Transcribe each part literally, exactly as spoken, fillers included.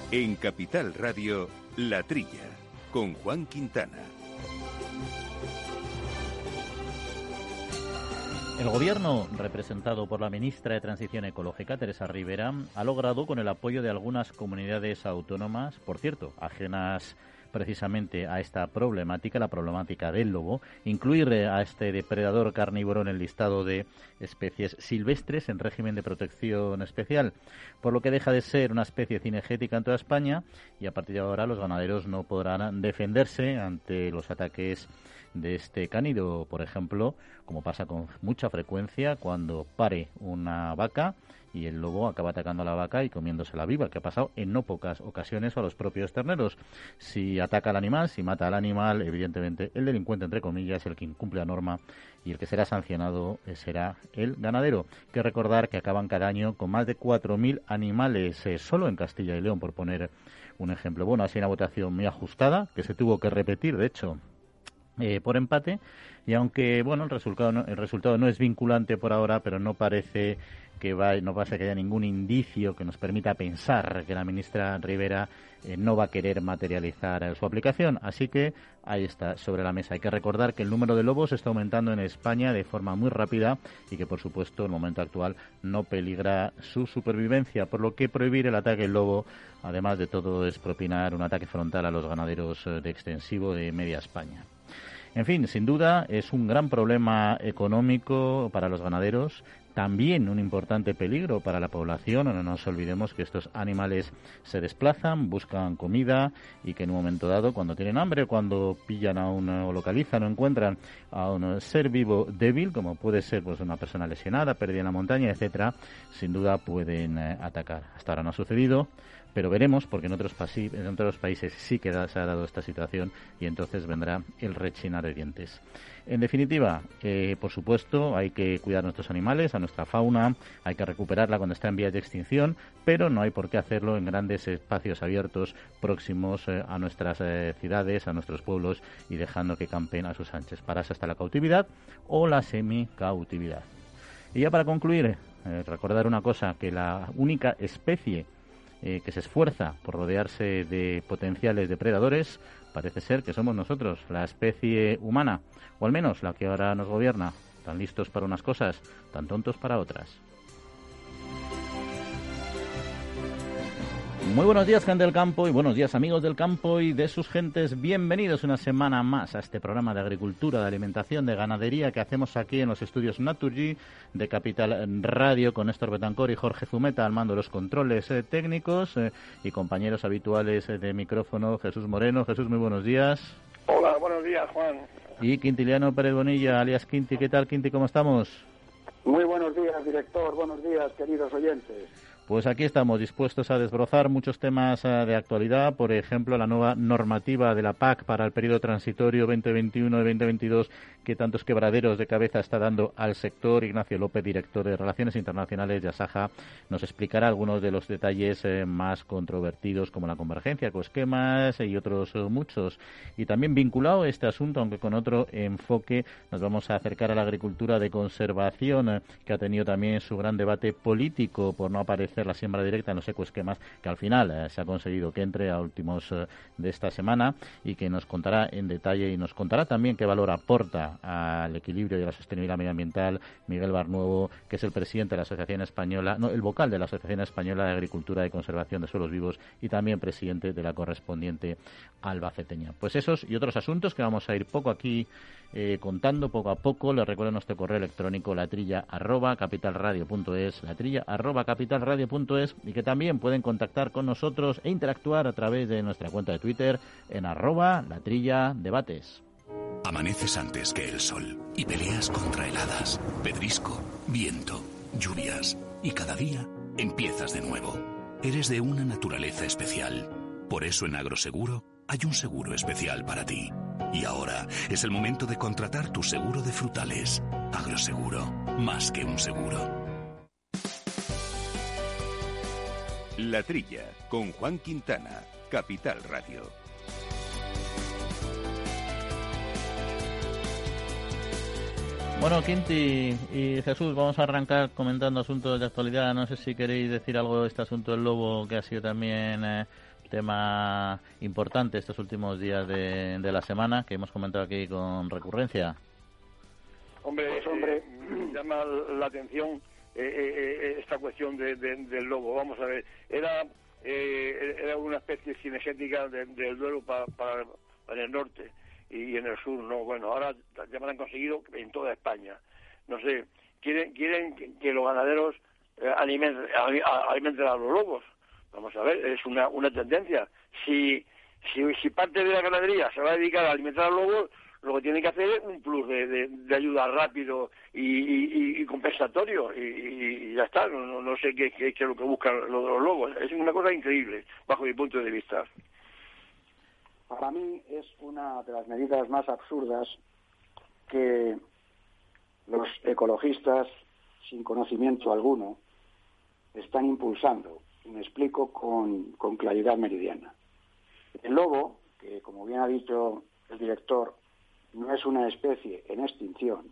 En Capital Radio, La Trilla, con Juan Quintana. El Gobierno, representado por la ministra de Transición Ecológica, Teresa Rivera, ha logrado, con el apoyo de algunas comunidades autónomas, por cierto, ajenas precisamente a esta problemática, la problemática del lobo, incluir a este depredador carnívoro en el listado de especies silvestres en régimen de protección especial, por lo que deja de ser una especie cinegética en toda España y a partir de ahora los ganaderos no podrán defenderse ante los ataques de este cánido, por ejemplo, como pasa con mucha frecuencia cuando pare una vaca y el lobo acaba atacando a la vaca y comiéndosela viva, que ha pasado en no pocas ocasiones a los propios terneros. Si ataca al animal, si mata al animal, evidentemente el delincuente, entre comillas, el que incumple la norma y el que será sancionado será el ganadero. Hay que recordar que acaban cada año con más de cuatro mil animales, eh, solo en Castilla y León, por poner un ejemplo. Bueno, ha sido una votación muy ajustada, que se tuvo que repetir, de hecho, Eh, por empate, y aunque bueno el resultado no, el resultado no es vinculante por ahora, pero no parece que va, no pasa que haya ningún indicio que nos permita pensar que la ministra Rivera eh, no va a querer materializar eh, su aplicación, así que ahí está sobre la mesa. Hay que recordar que el número de lobos está aumentando en España de forma muy rápida y que por supuesto en el momento actual no peligra su supervivencia, por lo que prohibir el ataque al lobo, además de todo, es propinar un ataque frontal a los ganaderos eh, de extensivo de media España. En fin, sin duda es un gran problema económico para los ganaderos, también un importante peligro para la población. No nos olvidemos que estos animales se desplazan, buscan comida y que en un momento dado, cuando tienen hambre, cuando pillan a un, o localizan o encuentran a un ser vivo débil, como puede ser pues una persona lesionada, perdida en la montaña, etcétera, sin duda pueden eh, atacar. Hasta ahora no ha sucedido, pero veremos, porque en otros, pasi- en otros países sí que da, se ha dado esta situación y entonces vendrá el rechinar de dientes. En definitiva, eh, por supuesto, hay que cuidar a nuestros animales, a nuestra fauna, hay que recuperarla cuando está en vías de extinción, pero no hay por qué hacerlo en grandes espacios abiertos próximos eh, a nuestras eh, ciudades, a nuestros pueblos y dejando que campen a sus anchas. Para eso está la cautividad o la semicautividad. Y ya para concluir, eh, recordar una cosa, que la única especie Eh, que se esfuerza por rodearse de potenciales depredadores, parece ser que somos nosotros, la especie humana, o al menos la que ahora nos gobierna, tan listos para unas cosas, tan tontos para otras. Muy buenos días, gente del campo, y buenos días, amigos del campo y de sus gentes. Bienvenidos una semana más a este programa de agricultura, de alimentación, de ganadería que hacemos aquí en los estudios Naturgy de Capital Radio, con Néstor Betancor y Jorge Zumeta al mando de los controles eh, técnicos eh, y compañeros habituales eh, de micrófono, Jesús Moreno. Jesús, muy buenos días. Hola, buenos días, Juan. Y Quintiliano Pérez Bonilla, alias Quinti. ¿Qué tal, Quinti? ¿Cómo estamos? Muy buenos días, director. Buenos días, queridos oyentes. Pues aquí estamos dispuestos a desbrozar muchos temas de actualidad, por ejemplo, la nueva normativa de la P A C para el periodo transitorio veinte veintiuno y veinte veintidós, que tantos quebraderos de cabeza está dando al sector. Ignacio López, director de Relaciones Internacionales de Asaja, nos explicará algunos de los detalles eh, más controvertidos, como la convergencia, coesquemas y otros eh, muchos. Y también vinculado a este asunto, aunque con otro enfoque, nos vamos a acercar a la agricultura de conservación, eh, que ha tenido también su gran debate político por no aparecer la siembra directa en los ecoesquemas, que al final eh, se ha conseguido que entre a últimos eh, de esta semana, y que nos contará en detalle y nos contará también qué valor aporta al equilibrio y a la sostenibilidad medioambiental Miguel Barnuevo, que es el presidente de la Asociación Española, no, el vocal de la Asociación Española de Agricultura y Conservación de Suelos Vivos y también presidente de la correspondiente albaceteña. Pues esos y otros asuntos que vamos a ir poco aquí eh, contando poco a poco. Les recuerdo nuestro correo electrónico, latrilla arroba capitalradio punto es, latrilla arroba capitalradio punto es, y que también pueden contactar con nosotros e interactuar a través de nuestra cuenta de Twitter en arroba latrilla debates. Amaneces antes que el sol y peleas contra heladas, pedrisco, viento, lluvias, y cada día empiezas de nuevo. Eres de una naturaleza especial. Por eso en Agroseguro hay un seguro especial para ti. Y ahora es el momento de contratar tu seguro de frutales. Agroseguro, más que un seguro. La Trilla, con Juan Quintana, Capital Radio. Bueno, Quinti y Jesús, vamos a arrancar comentando asuntos de actualidad. No sé si queréis decir algo de este asunto del lobo, que ha sido también eh, tema importante estos últimos días de, de la semana que hemos comentado aquí con recurrencia. Hombre, pues, hombre. Eh, llama la atención eh, eh, esta cuestión de, de, del lobo. Vamos a ver, era eh, era una especie cinegética de, del Duero para, para, para el norte y en el sur, no. Bueno, ahora ya me lo han conseguido en toda España. No sé, quieren quieren que los ganaderos eh, alimenten, alimenten a los lobos. Vamos a ver, es una una tendencia. Si si si parte de la ganadería se va a dedicar a alimentar a los lobos, lo que tiene que hacer es un plus de, de, de ayuda rápido y, y, y compensatorio y, y ya está. No, no sé qué, qué, qué es lo que buscan los, los lobos. Es una cosa increíble bajo mi punto de vista. Para mí es una de las medidas más absurdas que los ecologistas, sin conocimiento alguno, están impulsando. Y me explico con, con claridad meridiana. El lobo, que como bien ha dicho el director, no es una especie en extinción,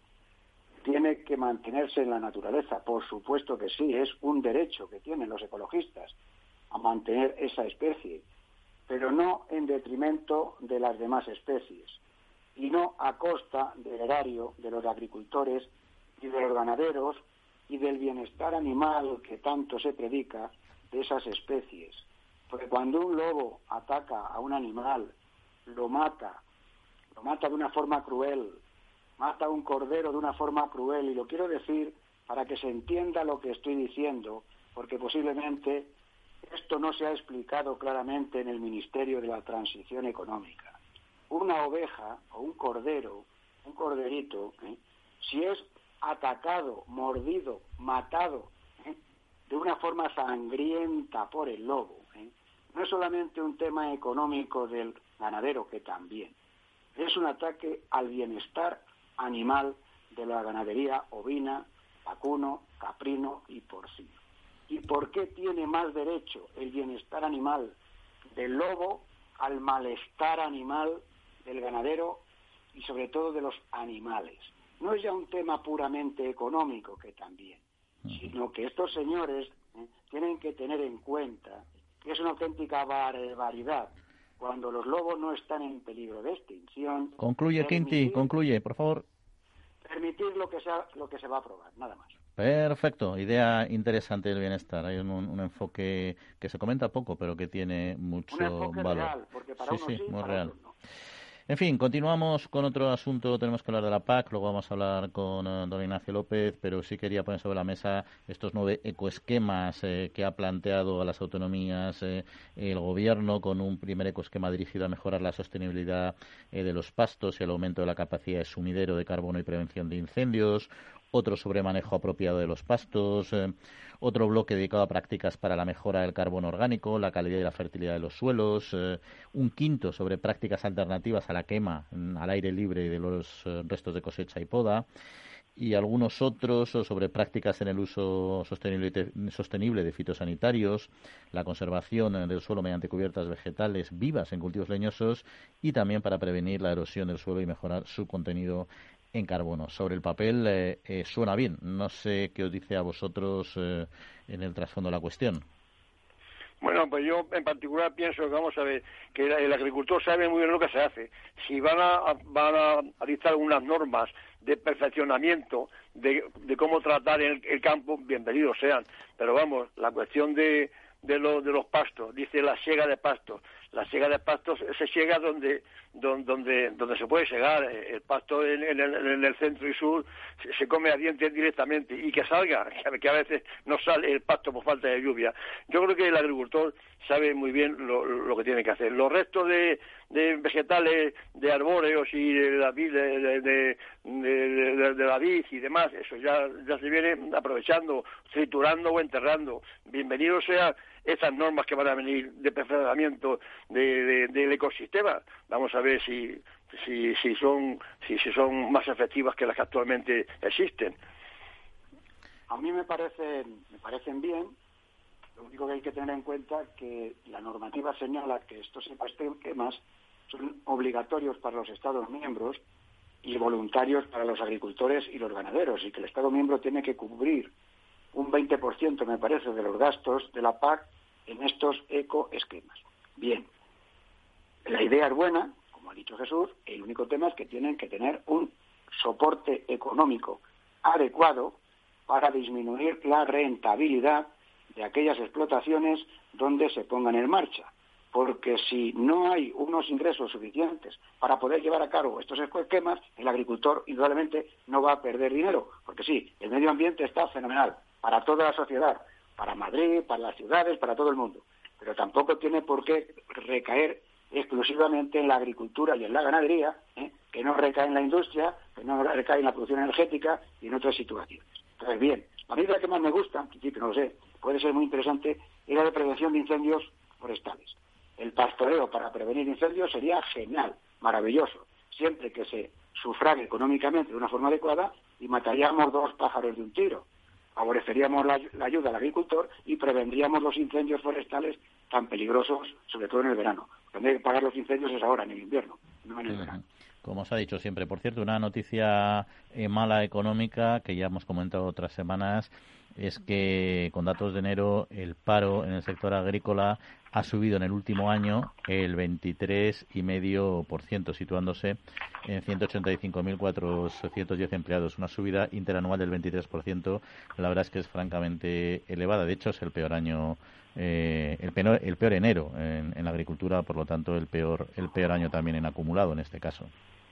tiene que mantenerse en la naturaleza. Por supuesto que sí, es un derecho que tienen los ecologistas a mantener esa especie, pero no en detrimento de las demás especies y no a costa del erario de los agricultores y de los ganaderos y del bienestar animal que tanto se predica de esas especies. Porque cuando un lobo ataca a un animal, lo mata, lo mata de una forma cruel, mata a un cordero de una forma cruel, y lo quiero decir para que se entienda lo que estoy diciendo, porque posiblemente esto no se ha explicado claramente en el Ministerio de la Transición Económica. Una oveja o un cordero, un corderito, ¿eh? si es atacado, mordido, matado, ¿eh? de una forma sangrienta por el lobo, ¿eh? no es solamente un tema económico del ganadero, que también es un ataque al bienestar animal de la ganadería ovina, vacuno, caprino y porcino. ¿Y por qué tiene más derecho el bienestar animal del lobo al malestar animal del ganadero y sobre todo de los animales? No es ya un tema puramente económico, que también, sino que estos señores eh, tienen que tener en cuenta que es una auténtica barbaridad cuando los lobos no están en peligro de extinción. Concluye, Quinti, concluye, por favor. Permitir lo que sea, lo que se va a aprobar, nada más. Perfecto, idea interesante del bienestar. Hay un, un enfoque que se comenta poco, pero que tiene mucho un enfoque valor. Real, porque para sí, uno sí, sí, muy para real. otros no. En fin, continuamos con otro asunto. Tenemos que hablar de la P A C, luego vamos a hablar con uh, don Ignacio López, pero sí quería poner sobre la mesa estos nueve ecoesquemas eh, que ha planteado a las autonomías eh, el Gobierno, con un primer ecoesquema dirigido a mejorar la sostenibilidad eh, de los pastos y el aumento de la capacidad de sumidero de carbono y prevención de incendios, otro sobre manejo apropiado de los pastos, eh, otro bloque dedicado a prácticas para la mejora del carbono orgánico, la calidad y la fertilidad de los suelos, eh, un quinto sobre prácticas alternativas a la quema mm, al aire libre de los eh, restos de cosecha y poda, y algunos otros sobre prácticas en el uso sostenible, sostenible de fitosanitarios, la conservación del suelo mediante cubiertas vegetales vivas en cultivos leñosos y también para prevenir la erosión del suelo y mejorar su contenido en carbono. Sobre el papel eh, eh, suena bien. No sé qué os dice a vosotros eh, en el trasfondo de la cuestión. Bueno, pues yo en particular pienso que vamos a ver que el agricultor sabe muy bien lo que se hace. Si van a van a dictar unas normas de perfeccionamiento de, de cómo tratar el, el campo, bienvenidos sean. Pero vamos, la cuestión de de, lo, de los pastos, dice la siega de pastos. La siega de pastos se siega donde donde donde se puede segar. El pasto en, en, el, en el centro y sur se, se come a dientes directamente, y que salga, que a veces no sale el pasto por falta de lluvia. Yo creo que el agricultor sabe muy bien lo, lo que tiene que hacer. Los restos de, de vegetales, de arbóreos y de la vid, de, de, de, de, de la vid y demás, eso ya, ya se viene aprovechando, triturando o enterrando. Bienvenido sea esas normas que van a venir de perfeccionamiento de, de, del ecosistema. Vamos a ver si si si son si, si son más efectivas que las que actualmente existen. A mí me parecen me parecen bien. Lo único que hay que tener en cuenta es que la normativa señala que estos ecoesquemas son obligatorios para los Estados miembros y voluntarios para los agricultores y los ganaderos, y que el Estado miembro tiene que cubrir un veinte por ciento, me parece, de los gastos de la P A C en estos ecoesquemas. Bien, la idea es buena, como ha dicho Jesús, el único tema es que tienen que tener un soporte económico adecuado para disminuir la rentabilidad de aquellas explotaciones donde se pongan en marcha. Porque si no hay unos ingresos suficientes para poder llevar a cabo estos esquemas, el agricultor indudablemente no va a perder dinero. Porque sí, el medio ambiente está fenomenal para toda la sociedad, para Madrid, para las ciudades, para todo el mundo. Pero tampoco tiene por qué recaer exclusivamente en la agricultura y en la ganadería, ¿eh? que no recae en la industria, que no recae en la producción energética y en otras situaciones. Entonces, bien, a mí la que más me gusta, en principio no lo sé, puede ser muy interesante, es la de prevención de incendios forestales. El pastoreo para prevenir incendios sería genial, maravilloso, siempre que se sufrague económicamente de una forma adecuada y mataríamos dos pájaros de un tiro. Favoreceríamos la, la ayuda al agricultor y prevendríamos los incendios forestales tan peligrosos, sobre todo en el verano. Donde hay que pagar los incendios es ahora, en el invierno, no en el verano. Como os ha dicho siempre. Por cierto, una noticia eh, mala económica que ya hemos comentado otras semanas es que con datos de enero el paro en el sector agrícola ha subido en el último año el veintitrés coma cinco por ciento, situándose en ciento ochenta y cinco mil cuatrocientos diez empleados, una subida interanual del veintitrés por ciento. La verdad es que es francamente elevada. De hecho, es el peor año, eh, el, peor, el peor enero en, en la agricultura, por lo tanto, el peor, el peor año también en acumulado en este caso.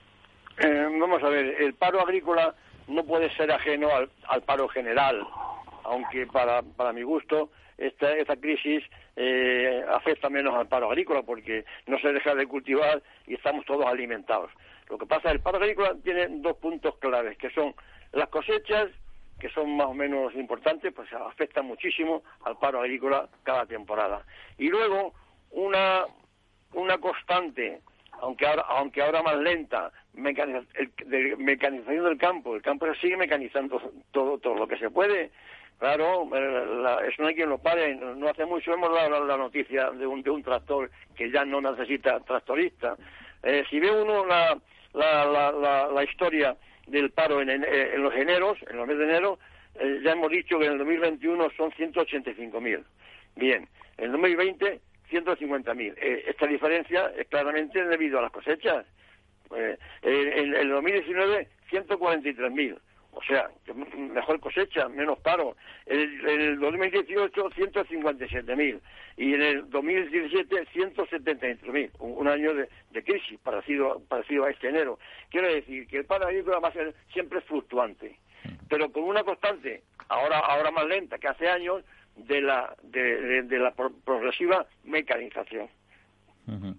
Eh, vamos a ver, el paro agrícola no puede ser ajeno al, al paro general, aunque para, para mi gusto esta, esta crisis eh, afecta menos al paro agrícola porque no se deja de cultivar y estamos todos alimentados. Lo que pasa es que el paro agrícola tiene dos puntos claves, que son las cosechas, que son más o menos importantes, pues afectan muchísimo al paro agrícola cada temporada. Y luego una, una constante, aunque ahora, aunque ahora más lenta, mecaniz, el, de mecanización del campo. El campo se sigue mecanizando todo, todo lo que se puede. Claro, la, eso no hay quien lo pare. No, no hace mucho hemos dado la, la noticia de un, de un tractor que ya no necesita tractorista. Eh, si ve uno la, la, la, la, la historia del paro en, en, en los eneros, en los meses de enero, eh, ya hemos dicho que en el dos mil veintiuno son ciento ochenta y cinco mil. Bien, en el dos mil veinte ciento cincuenta mil. Eh, esta diferencia es claramente debido a las cosechas. Eh, en, en el dos mil diecinueve, ciento cuarenta y tres mil. O sea, mejor cosecha, menos paro. En el, en el dos mil dieciocho, ciento cincuenta y siete mil. Y en el dos mil diecisiete, ciento setenta y tres mil. Un, un año de, de crisis parecido, parecido a este enero. Quiero decir que el paro agrícola va a ser siempre fluctuante, pero con una constante, ahora, ahora más lenta que hace años, de la de, de, de la pro progresiva mecanización. Uh-huh.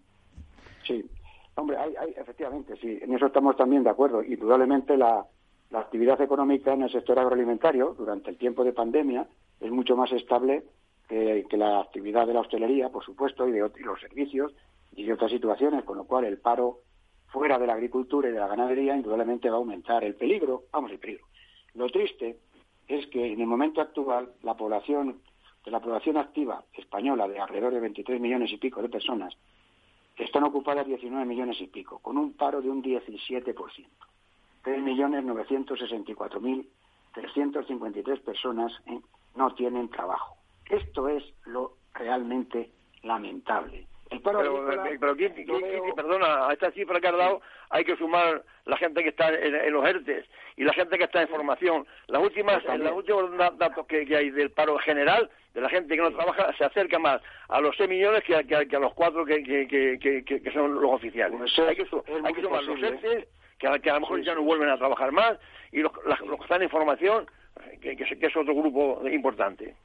Sí, hombre, hay, hay, efectivamente, sí, en eso estamos también de acuerdo. Indudablemente la, la actividad económica en el sector agroalimentario durante el tiempo de pandemia es mucho más estable que, que la actividad de la hostelería, por supuesto, y de y los servicios y de otras situaciones, con lo cual el paro fuera de la agricultura y de la ganadería indudablemente va a aumentar. El peligro, vamos, el peligro. Lo triste es que en el momento actual la población de la población activa española de alrededor de veintitrés millones y pico de personas están ocupadas diecinueve millones y pico, con un paro de un diecisiete por ciento. tres millones novecientos sesenta y cuatro mil trescientas cincuenta y tres personas ¿eh? no tienen trabajo. Esto es lo realmente lamentable. El paro pero, agrícola, pero ¿quién, quién, veo... quién, perdona, a esta cifra que has dado hay que sumar la gente que está en, en los ERTES y la gente que está en formación. Las últimas, los últimos datos que, que hay del paro general, de la gente que no trabaja, se acerca más a los seis millones que a, que a, que a los cuatro que, que, que, que, que son los oficiales. Pues hay que, hay que sumar los ERTES, que a, que a lo mejor sí, ya no vuelven a trabajar más, y los, la, los que están en formación, que, que, que es otro grupo importante.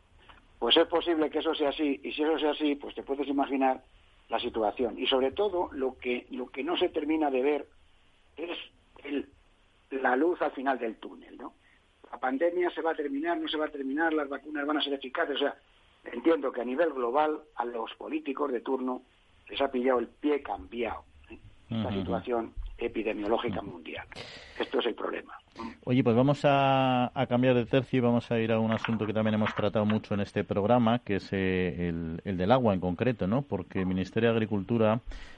Pues es posible que eso sea así, y si eso sea así, pues te puedes imaginar la situación. Y sobre todo, lo que lo que no se termina de ver es el, la luz al final del túnel, ¿no? La pandemia se va a terminar, no se va a terminar, las vacunas van a ser eficaces. O sea, entiendo que a nivel global a los políticos de turno les ha pillado el pie cambiado, ¿eh? Esta uh-huh. situación epidemiológica mundial. Esto es el problema. Oye, pues vamos a, a cambiar de tercio y vamos a ir a un asunto que también hemos tratado mucho en este programa, que es eh, el, el del agua en concreto, ¿no? Porque el Ministerio de Agricultura,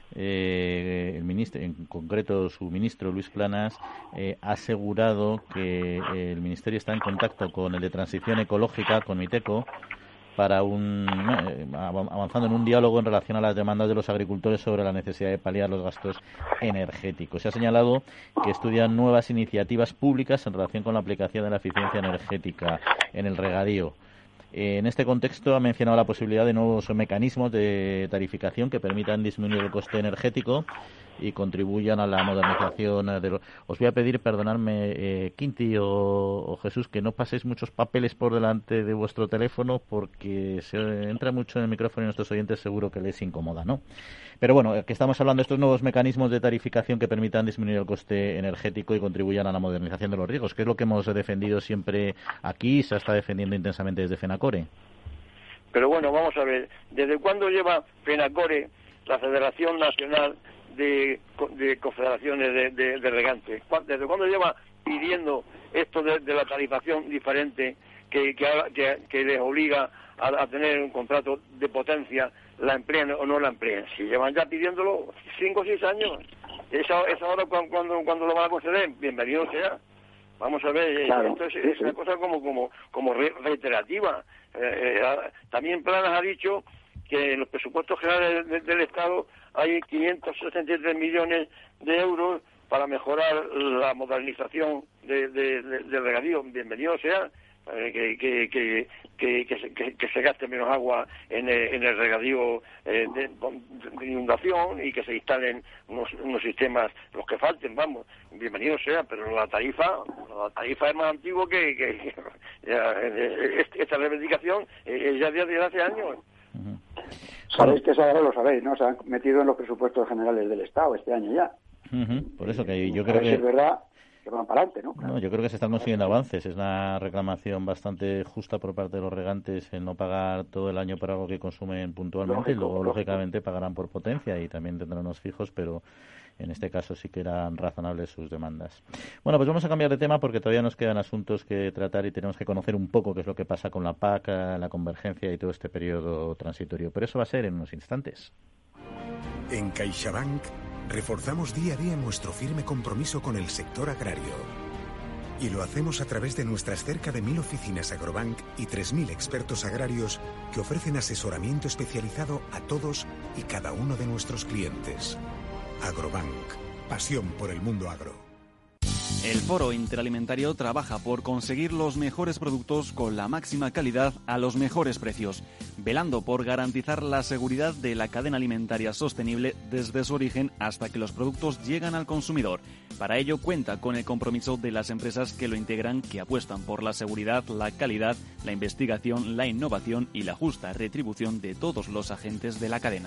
eh, el ministro, en concreto su ministro Luis Planas, eh, ha asegurado que el Ministerio está en contacto con el de Transición Ecológica, con Miteco, para un eh, avanzando en un diálogo en relación a las demandas de los agricultores sobre la necesidad de paliar los gastos energéticos. Se ha señalado que estudian nuevas iniciativas públicas en relación con la aplicación de la eficiencia energética en el regadío. En este contexto ha mencionado la posibilidad de nuevos mecanismos de tarificación que permitan disminuir el coste energético y contribuyan a la modernización de los... Os voy a pedir, perdonadme, eh, Quinti o, o Jesús, que no paséis muchos papeles por delante de vuestro teléfono porque se entra mucho en el micrófono y nuestros oyentes seguro que les incomoda, ¿no? Pero bueno, que estamos hablando de estos nuevos mecanismos de tarificación que permitan disminuir el coste energético y contribuyan a la modernización de los riegos, que es lo que hemos defendido siempre aquí y se está defendiendo intensamente desde FENACORE. Pero bueno, vamos a ver, ¿desde cuándo lleva FENACORE, la Federación Nacional de, de Confederaciones de, de, de Regantes? ¿Desde cuándo lleva pidiendo esto de, de la tarifación diferente que, que, que, que les obliga a, a tener un contrato de potencia, la empleen o no la empleen? Si llevan ya pidiéndolo cinco o seis años, esa, esa hora cuando, cuando, cuando lo van a conceder, bienvenido sea. Vamos a ver, claro, esto es, es una cosa como como como reiterativa. Eh, eh, también Planas ha dicho que en los presupuestos generales de, de, del Estado hay quinientos sesenta y tres millones de euros para mejorar la modernización de, de, de, del regadío. Bienvenido sea. Eh, que, que, que, que, que, se, que, que se gaste menos agua en el, en el regadío eh, de, de inundación y que se instalen unos, unos sistemas, los que falten, vamos, bienvenido sea, pero la tarifa la tarifa es más antigua que, que, que ya, eh, esta reivindicación es ya de hace años. Uh-huh. Sabéis que eso ahora lo sabéis, ¿no? Se han metido en los presupuestos generales del Estado este año ya. Uh-huh. Por eso que yo creo que... es verdad que van para adelante, ¿no? No, yo creo que se están consiguiendo avances. Es una reclamación bastante justa por parte de los regantes el no pagar todo el año por algo que consumen puntualmente. Lógico, y luego, lógico. lógicamente, pagarán por potencia y también tendrán unos fijos, pero en este caso sí que eran razonables sus demandas. Bueno, pues vamos a cambiar de tema porque todavía nos quedan asuntos que tratar y tenemos que conocer un poco qué es lo que pasa con la P A C, la convergencia y todo este periodo transitorio. Pero eso va a ser en unos instantes. En CaixaBank reforzamos día a día nuestro firme compromiso con el sector agrario. Y lo hacemos a través de nuestras cerca de mil oficinas Agrobank y tres mil expertos agrarios que ofrecen asesoramiento especializado a todos y cada uno de nuestros clientes. Agrobank, pasión por el mundo agro. El Foro Interalimentario trabaja por conseguir los mejores productos con la máxima calidad a los mejores precios, velando por garantizar la seguridad de la cadena alimentaria sostenible desde su origen hasta que los productos llegan al consumidor. Para ello cuenta con el compromiso de las empresas que lo integran, que apuestan por la seguridad, la calidad, la investigación, la innovación y la justa retribución de todos los agentes de la cadena.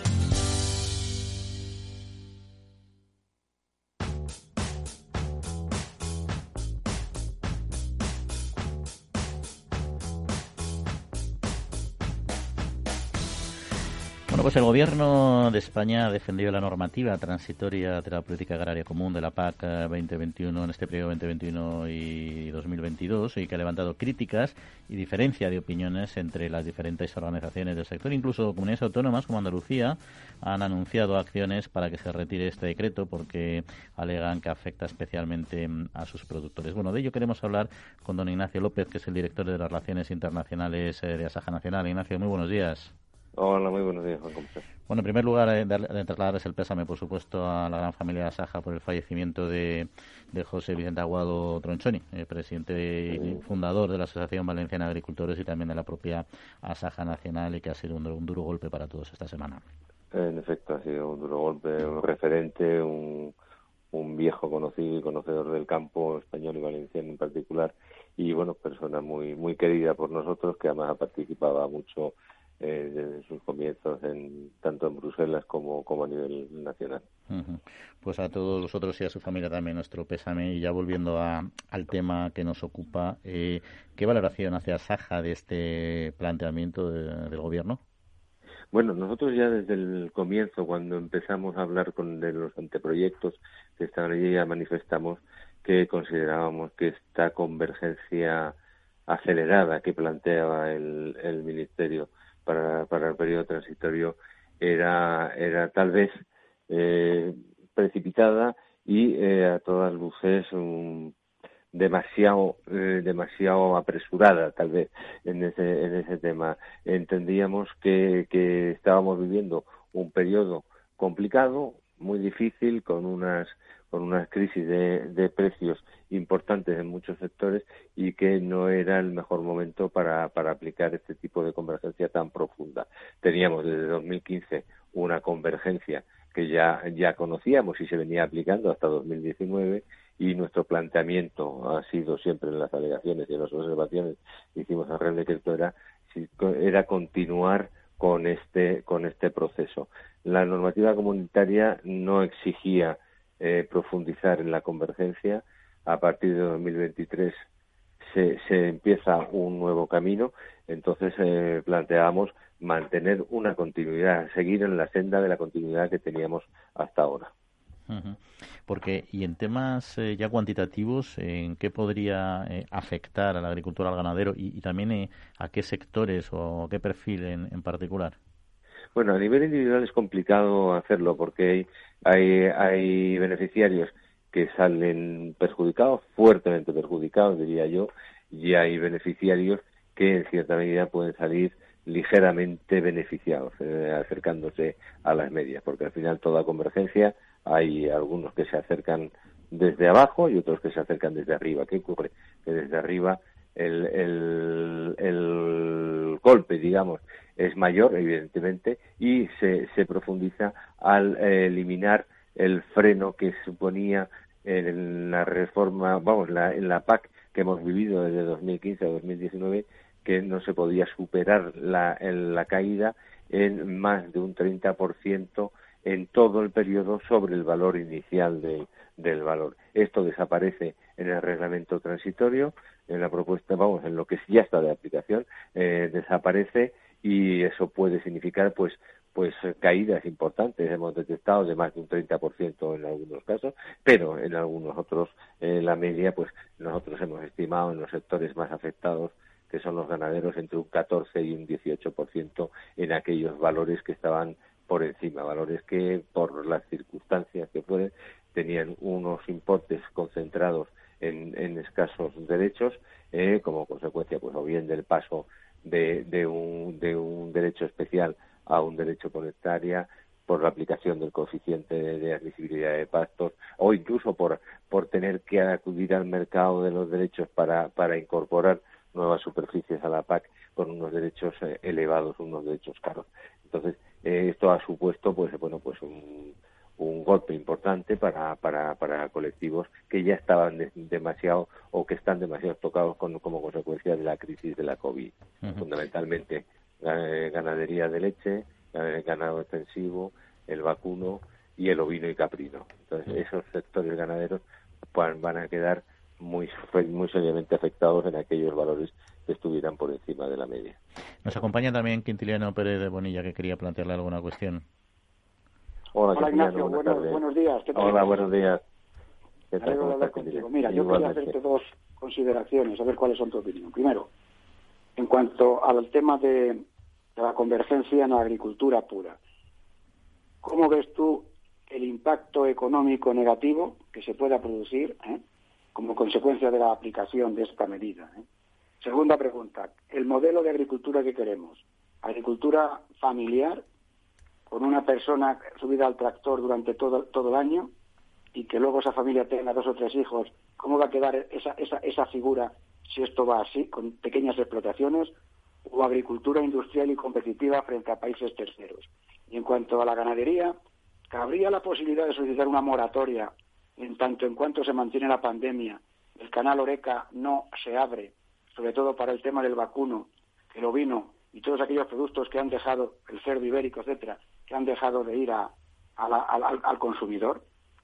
Bueno, pues el Gobierno de España ha defendido la normativa transitoria de la política agraria común de la P A C veinte veintiuno en este periodo veinte veintiuno y dos mil veintidós y que ha levantado críticas y diferencia de opiniones entre las diferentes organizaciones del sector. Incluso comunidades autónomas como Andalucía han anunciado acciones para que se retire este decreto porque alegan que afecta especialmente a sus productores. Bueno, de ello queremos hablar con don Ignacio López, que es el director de las Relaciones Internacionales de Asaja Nacional. Ignacio, muy buenos días. Hola, muy buenos días, Juan. Bueno, en primer lugar, eh, de, de trasladarles el pésame, por supuesto, a la gran familia de Asaja por el fallecimiento de, de José Vicente Aguado Tronchoni, eh, presidente y fundador de la Asociación Valenciana de Agricultores y también de la propia Asaja Nacional, y que ha sido un, un duro golpe para todos esta semana. En efecto, ha sido un duro golpe, un referente, un, un viejo conocido y conocedor del campo español y valenciano en particular, y bueno, persona muy muy querida por nosotros, que además ha participado mucho Eh, desde sus comienzos en, tanto en Bruselas como, como a nivel nacional. Uh-huh. Pues a todos vosotros y a su familia también nuestro pésame. Y ya volviendo a, al tema que nos ocupa, eh, ¿qué valoración hace Asaja de este planteamiento de, del Gobierno? Bueno, nosotros ya desde el comienzo, cuando empezamos a hablar con de los anteproyectos que estaban allí, ya manifestamos que considerábamos que esta convergencia acelerada que planteaba el, el Ministerio Para, para el periodo transitorio era era tal vez eh, precipitada y eh, a todas luces un, demasiado eh, demasiado apresurada tal vez en ese en ese tema. Entendíamos que, que estábamos viviendo un periodo complicado, muy difícil, con unas con unas crisis de, de precios importantes en muchos sectores y que no era el mejor momento para, para aplicar este tipo de convergencia tan profunda. Teníamos desde dos mil quince una convergencia que ya, ya conocíamos y se venía aplicando hasta dos mil diecinueve, y nuestro planteamiento ha sido siempre en las alegaciones y en las observaciones que hicimos a Real Decreto era, era continuar con este, con este proceso. La normativa comunitaria no exigía eh, profundizar en la convergencia. A partir de dos mil veintitrés se, se empieza un nuevo camino, entonces eh, planteamos mantener una continuidad, seguir en la senda de la continuidad que teníamos hasta ahora. Uh-huh. Porque, y en temas eh, ya cuantitativos, ¿en qué podría eh, afectar al agricultor, al ganadero, y, y también eh, a qué sectores o a qué perfil en, en particular? Bueno, a nivel individual es complicado hacerlo porque hay, hay, hay beneficiarios que salen perjudicados, fuertemente perjudicados, diría yo, y hay beneficiarios que en cierta medida pueden salir ligeramente beneficiados, eh, acercándose a las medias, porque al final toda convergencia hay algunos que se acercan desde abajo y otros que se acercan desde arriba. ¿Qué ocurre? Que desde arriba el, el, el golpe, digamos, es mayor, evidentemente, y se, se profundiza al eh, eliminar el freno que suponía en la reforma, vamos, la, en la P A C que hemos vivido desde dos mil quince a dos mil diecinueve, que no se podía superar la, en la caída en más de un treinta por ciento en todo el periodo sobre el valor inicial de, del valor. Esto desaparece en el reglamento transitorio, en la propuesta, vamos, en lo que ya está de aplicación, eh, desaparece, y eso puede significar, pues, pues caídas importantes. Hemos detectado de más de un treinta por ciento en algunos casos, pero en algunos otros, eh, la media, pues nosotros hemos estimado en los sectores más afectados, que son los ganaderos, entre un catorce y un dieciocho por ciento en aquellos valores que estaban por encima, valores que por las circunstancias que fueron tenían unos importes concentrados en, en escasos derechos, eh, como consecuencia, pues o bien del paso de, de, un, de un derecho especial a un derecho por hectárea, por la aplicación del coeficiente de, de admisibilidad de pastos, o incluso por, por tener que acudir al mercado de los derechos para, para incorporar nuevas superficies a la P A C con unos derechos eh, elevados, unos derechos caros. Entonces, eh, esto ha supuesto, pues bueno, pues un, un golpe importante para, para, para colectivos que ya estaban de, demasiado o que están demasiado tocados con, como consecuencia de la crisis de la COVID. Uh-huh. Fundamentalmente, eh, ganadería de leche, eh, ganado extensivo, el vacuno y el ovino y caprino. Entonces, uh-huh. esos sectores ganaderos pues, van a quedar muy muy seriamente afectados en aquellos valores que estuvieran por encima de la media. Nos acompaña también Quintiliano Pérez de Bonilla, que quería plantearle alguna cuestión. Hola, Hola Ignacio, buenos, buenos, buenos días. ¿Qué tal? Hola, buenos días. ¿Qué tal? ¿Cómo estás, contigo? Mira, yo quería hacerte dos consideraciones, a ver cuáles son tu opinión. Primero, en cuanto al tema de, de la convergencia en la agricultura pura, ¿cómo ves tú el impacto económico negativo que se pueda producir ¿eh? como consecuencia de la aplicación de esta medida? ¿eh? Segunda pregunta, el modelo de agricultura que queremos, agricultura familiar, con una persona subida al tractor durante todo, todo el año y que luego esa familia tenga dos o tres hijos, ¿cómo va a quedar esa, esa, esa figura si esto va así, con pequeñas explotaciones, o agricultura industrial y competitiva frente a países terceros? Y en cuanto a la ganadería, ¿cabría la posibilidad de solicitar una moratoria en tanto en cuanto se mantiene la pandemia, el canal Oreca no se abre, sobre todo para el tema del vacuno, el ovino y todos aquellos productos que han dejado, el cerdo ibérico, etcétera, que han dejado de ir a, a la, al, al consumidor?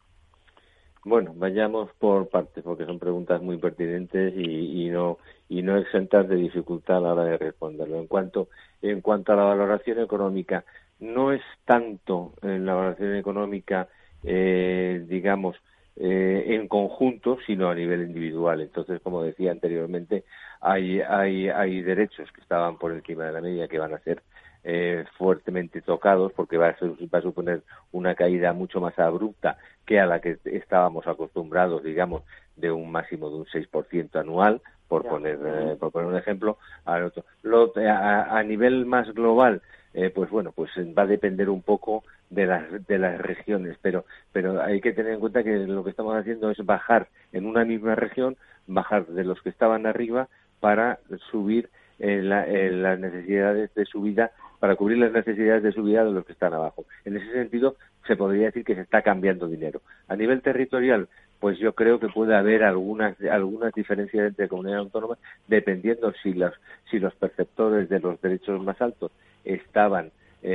Bueno, vayamos por partes, porque son preguntas muy pertinentes y, y no y no exentas de dificultad a la hora de responderlo. En cuanto en cuanto a la valoración económica, no es tanto en la valoración económica, eh, digamos, Eh, en conjunto, sino a nivel individual. Entonces, como decía anteriormente, hay hay hay derechos que estaban por encima de la media que van a ser eh, fuertemente tocados, porque va a, ser, va a suponer una caída mucho más abrupta que a la que estábamos acostumbrados, digamos, de un máximo de un seis por ciento anual, por ya. poner eh, por poner un ejemplo. Al otro. Lo, a, a nivel más global, eh, pues bueno, pues va a depender un poco de las de las regiones, pero pero hay que tener en cuenta que lo que estamos haciendo es bajar en una misma región, bajar de los que estaban arriba para subir eh, la, eh, las necesidades de subida, para cubrir las necesidades de subida de los que están abajo. En ese sentido, se podría decir que se está cambiando dinero. A nivel territorial, pues yo creo que puede haber algunas algunas diferencias entre comunidades autónomas, dependiendo si los si los perceptores de los derechos más altos estaban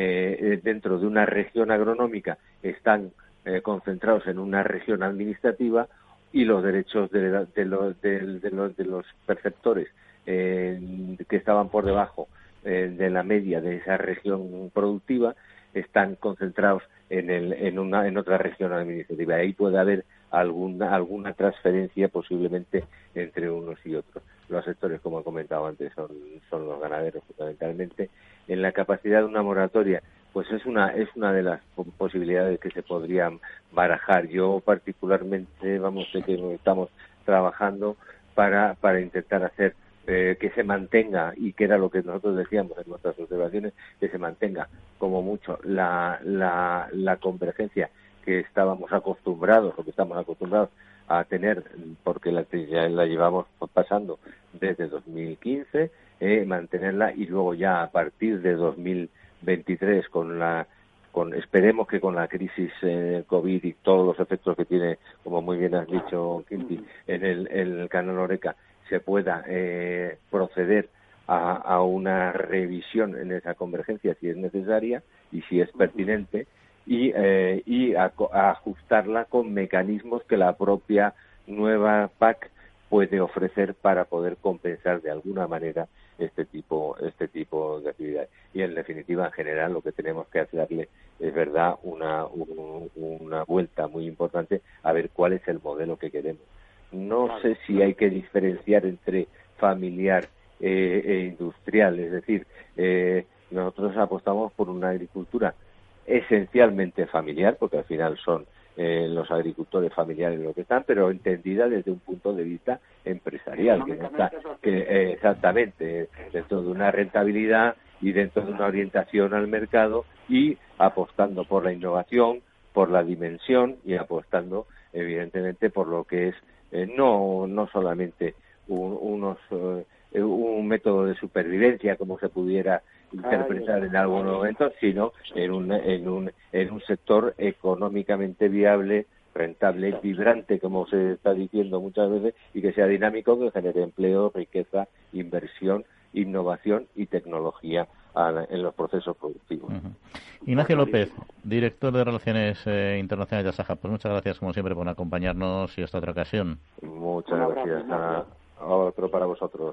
eh, dentro de una región agronómica, están eh, concentrados en una región administrativa, y los derechos de, de, los, de, de, los, de los perceptores eh, que estaban por debajo eh, de la media de esa región productiva están concentrados en, el, en, una, en otra región administrativa. Ahí puede haber alguna, alguna transferencia posiblemente entre unos y otros. Los sectores, como he comentado antes, son, son los ganaderos fundamentalmente. En la capacidad de una moratoria, pues es una es una de las posibilidades que se podrían barajar. Yo particularmente, vamos, sé que estamos trabajando para para intentar hacer eh, que se mantenga, y que era lo que nosotros decíamos en nuestras observaciones, que se mantenga como mucho la la, la convergencia que estábamos acostumbrados o que estamos acostumbrados a tener, porque la, ya la llevamos pasando desde dos mil quince, eh, mantenerla, y luego ya a partir de dos mil veintitrés, con la con esperemos que con la crisis eh, COVID y todos los efectos que tiene, como muy bien has dicho, Quinti, en el, en el canal Oreca, se pueda eh, proceder a, a una revisión en esa convergencia si es necesaria y si es pertinente, y, eh, y a, a ajustarla con mecanismos que la propia nueva P A C puede ofrecer para poder compensar de alguna manera este tipo este tipo de actividades. Y en definitiva, en general, lo que tenemos que hacerle es verdad una un, una vuelta muy importante a ver cuál es el modelo que queremos. No claro. sé si hay que diferenciar entre familiar eh, e industrial, es decir, eh, nosotros apostamos por una agricultura esencialmente familiar, porque al final son eh, los agricultores familiares lo que están, pero entendida desde un punto de vista empresarial, que no está que eh, exactamente dentro de una rentabilidad y dentro de una orientación al mercado, y apostando por la innovación, por la dimensión, y apostando evidentemente por lo que es eh, no no solamente un, unos eh, un método de supervivencia como se pudiera interpretar en algún momento, sino en un en un en un sector económicamente viable, rentable, vibrante, como se está diciendo muchas veces, y que sea dinámico, que genere empleo, riqueza, inversión, innovación y tecnología a, en los procesos productivos. Uh-huh. Ignacio López, director de Relaciones eh, Internacionales de Asaja, pues muchas gracias como siempre por acompañarnos y esta otra ocasión. Muchas gracias a, a otro para vosotros.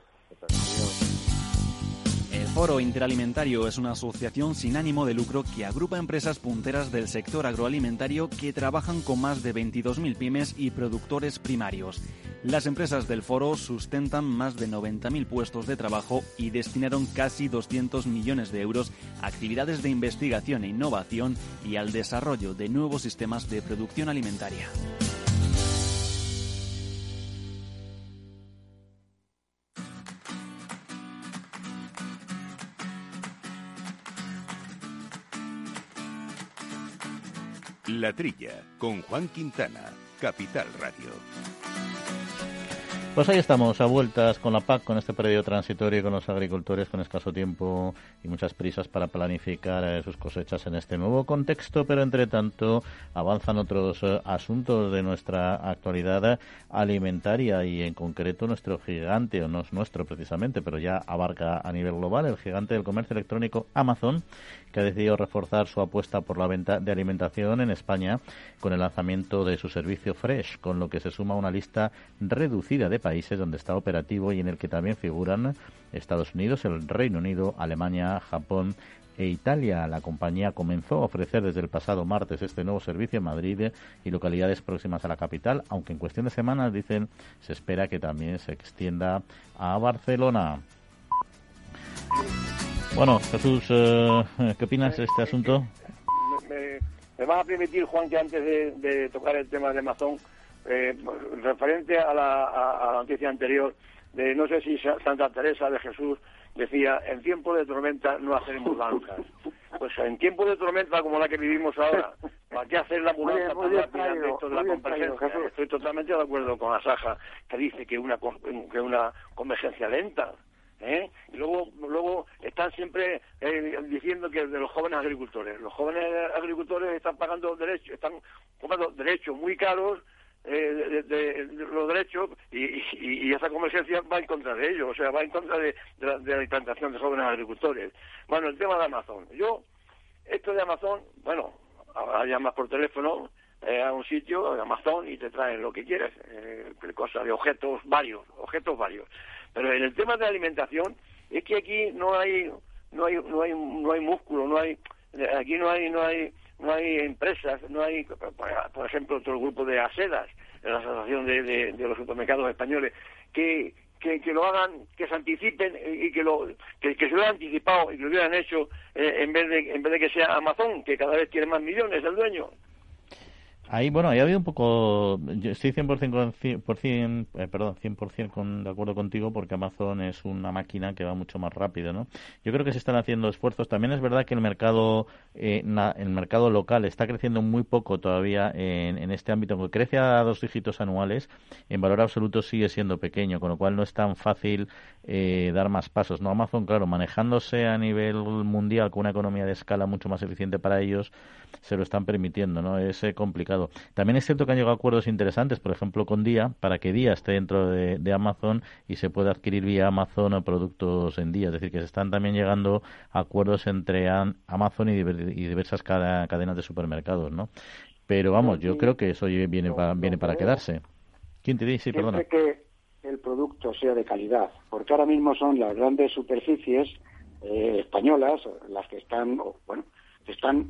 El Foro Interalimentario es una asociación sin ánimo de lucro que agrupa empresas punteras del sector agroalimentario que trabajan con más de veintidós mil pymes y productores primarios. Las empresas del foro sustentan más de noventa mil puestos de trabajo y destinaron casi doscientos millones de euros a actividades de investigación e innovación y al desarrollo de nuevos sistemas de producción alimentaria. La Trilla, con Juan Quintana, Capital Radio. Pues ahí estamos, a vueltas con la P A C, con este periodo transitorio, con los agricultores con escaso tiempo y muchas prisas para planificar eh, sus cosechas en este nuevo contexto, pero entre tanto avanzan otros eh, asuntos de nuestra actualidad alimentaria, y en concreto nuestro gigante, o no es nuestro precisamente, pero ya abarca a nivel global, el gigante del comercio electrónico Amazon, que ha decidido reforzar su apuesta por la venta de alimentación en España con el lanzamiento de su servicio Fresh, con lo que se suma una lista reducida de países donde está operativo y en el que también figuran Estados Unidos, el Reino Unido, Alemania, Japón e Italia. La compañía comenzó a ofrecer desde el pasado martes este nuevo servicio en Madrid y localidades próximas a la capital, aunque en cuestión de semanas, dicen, se espera que también se extienda a Barcelona. Bueno, Jesús, eh, ¿qué opinas de este asunto? Me, me vas a permitir, Juan, que antes de, de tocar el tema de Amazon, eh, referente a la, a, a la noticia anterior, de no sé si Santa Teresa de Jesús decía, en tiempos de tormenta no hacer mudanzas. Pues en tiempos de tormenta como la que vivimos ahora, ¿para qué hacer la mudanza tan rápida de esto de la convergencia? Estoy totalmente de acuerdo con Asaja, que dice que una que una convergencia lenta. ¿Eh? Y luego luego están siempre eh, diciendo que de los jóvenes agricultores los jóvenes agricultores están pagando derechos, están pagando derechos muy caros, eh, de, de, de los derechos, y, y, y esa convergencia va en contra de ellos, o sea, va en contra de, de, la, de la implantación de jóvenes agricultores. Bueno, el tema de Amazon, yo esto de Amazon, bueno, ahora llamas por teléfono eh, a un sitio de Amazon y te traen lo que quieres, eh, cosas de objetos varios, objetos varios. Pero en el tema de la alimentación es que aquí no hay no hay no hay no hay músculo, no hay aquí no hay no hay no hay empresas, no hay, por ejemplo, todo el grupo de ASEDAS, la Asociación de, de, de los Supermercados Españoles, que que, que lo hagan, que se anticipen y que lo que, que se lo hayan anticipado y que lo hubieran hecho eh, en vez de en vez de que sea Amazon, que cada vez tiene más millones el dueño. Ahí, bueno, ahí ha habido un poco... Yo estoy cien por ciento, con, cien por ciento eh, perdón, cien por ciento con, de acuerdo contigo, porque Amazon es una máquina que va mucho más rápido, ¿no? Yo creo que se están haciendo esfuerzos. También es verdad que el mercado eh, na, el mercado local está creciendo muy poco todavía en, en este ámbito, aunque crece a dos dígitos anuales, en valor absoluto sigue siendo pequeño, con lo cual no es tan fácil eh, dar más pasos, ¿no? Amazon, claro, manejándose a nivel mundial con una economía de escala mucho más eficiente para ellos, se lo están permitiendo, ¿no? Es eh, complicado. También es cierto que han llegado a acuerdos interesantes, por ejemplo, con Día, para que Día esté dentro de, de Amazon y se pueda adquirir vía Amazon productos en Día. Es decir, que se están también llegando a acuerdos entre Amazon y, y diversas cadenas de supermercados, ¿no? Pero vamos, yo creo que eso viene para, viene para quedarse. ¿Quién te dice? Sí, perdona. Siempre que el producto sea de calidad, porque ahora mismo son las grandes superficies eh, españolas las que están, bueno, están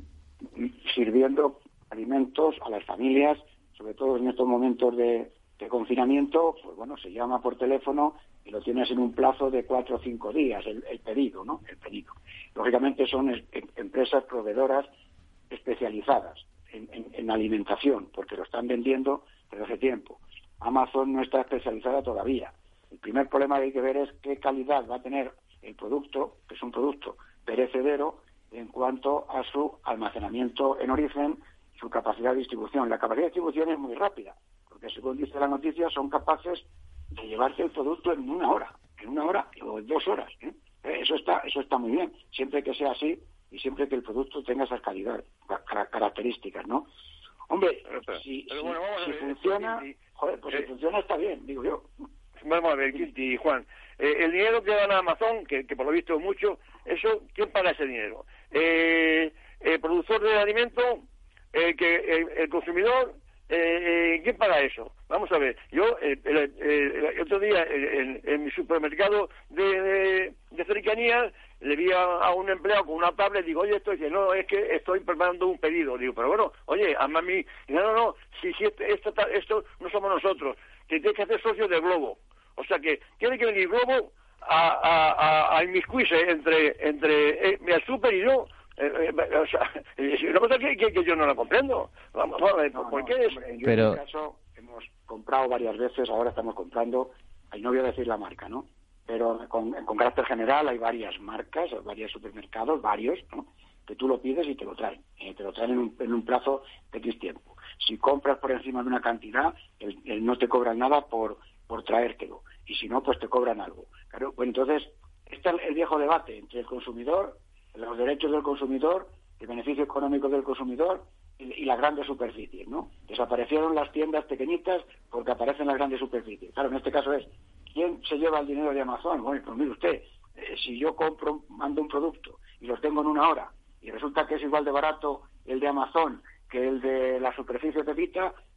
sirviendo alimentos a las familias, sobre todo en estos momentos de, de confinamiento. Pues bueno, se llama por teléfono y lo tienes en un plazo de cuatro o cinco días, el, el pedido, ¿no? El pedido. Lógicamente son es, empresas proveedoras especializadas en, en, en alimentación, porque lo están vendiendo desde hace tiempo. Amazon no está especializada todavía. El primer problema que hay que ver es qué calidad va a tener el producto, que es un producto perecedero, en cuanto a su almacenamiento en origen, su capacidad de distribución. La capacidad de distribución es muy rápida, porque según dice la noticia, son capaces de llevarse el producto en una hora, en una hora o en dos horas. ¿eh? Eso está, eso está muy bien, siempre que sea así y siempre que el producto tenga esas calidades, car- características, ¿no? Hombre, pero, si, pero bueno, si, si funciona, Quinti, joder, pues eh, si funciona está bien, digo yo. Vamos a ver, Quinti y Juan, eh, el dinero que gana Amazon, que, que por lo visto es mucho, eso, ¿quién paga ese dinero? Eh, el productor de alimento, eh, que el, el consumidor, eh, eh, ¿quién paga eso? Vamos a ver, yo el, el, el, el otro día en, en mi supermercado de, de, de cercanías le vi a, a un empleado con una tablet y digo, oye, esto dice, no, es que estoy preparando un pedido. Digo, pero bueno, oye, hazme a mí. Digo, no, no, si, si esto, esto, esto no somos nosotros, que tienes que hacer socio de Globo. O sea que tiene que venir Globo a, a, a, a inmiscuirse entre, entre eh, el súper y yo. Eh, eh, o sea, es una cosa que, que, que yo no la comprendo. Vamos, vamos a ver, no, ¿por no, qué es? Hombre, yo pero... en mi caso hemos comprado varias veces, ahora estamos comprando, y no voy a decir la marca, ¿no? Pero con, con carácter general hay varias marcas, varios supermercados, varios, ¿no? Que tú lo pides y te lo traen. Eh, te lo traen en un, en un plazo de X tiempo. Si compras por encima de una cantidad, el, el no te cobran nada por, por traértelo. Y si no, pues te cobran algo. Claro, pues entonces, está el, el viejo debate entre el consumidor, los derechos del consumidor, el beneficio económico del consumidor y, y las grandes superficies, ¿no? Desaparecieron las tiendas pequeñitas porque aparecen las grandes superficies. Claro, en este caso es, ¿quién se lleva el dinero de Amazon? Bueno, pues mire usted, eh, si yo compro, mando un producto y los tengo en una hora y resulta que es igual de barato el de Amazon que el de la superficie Pepita,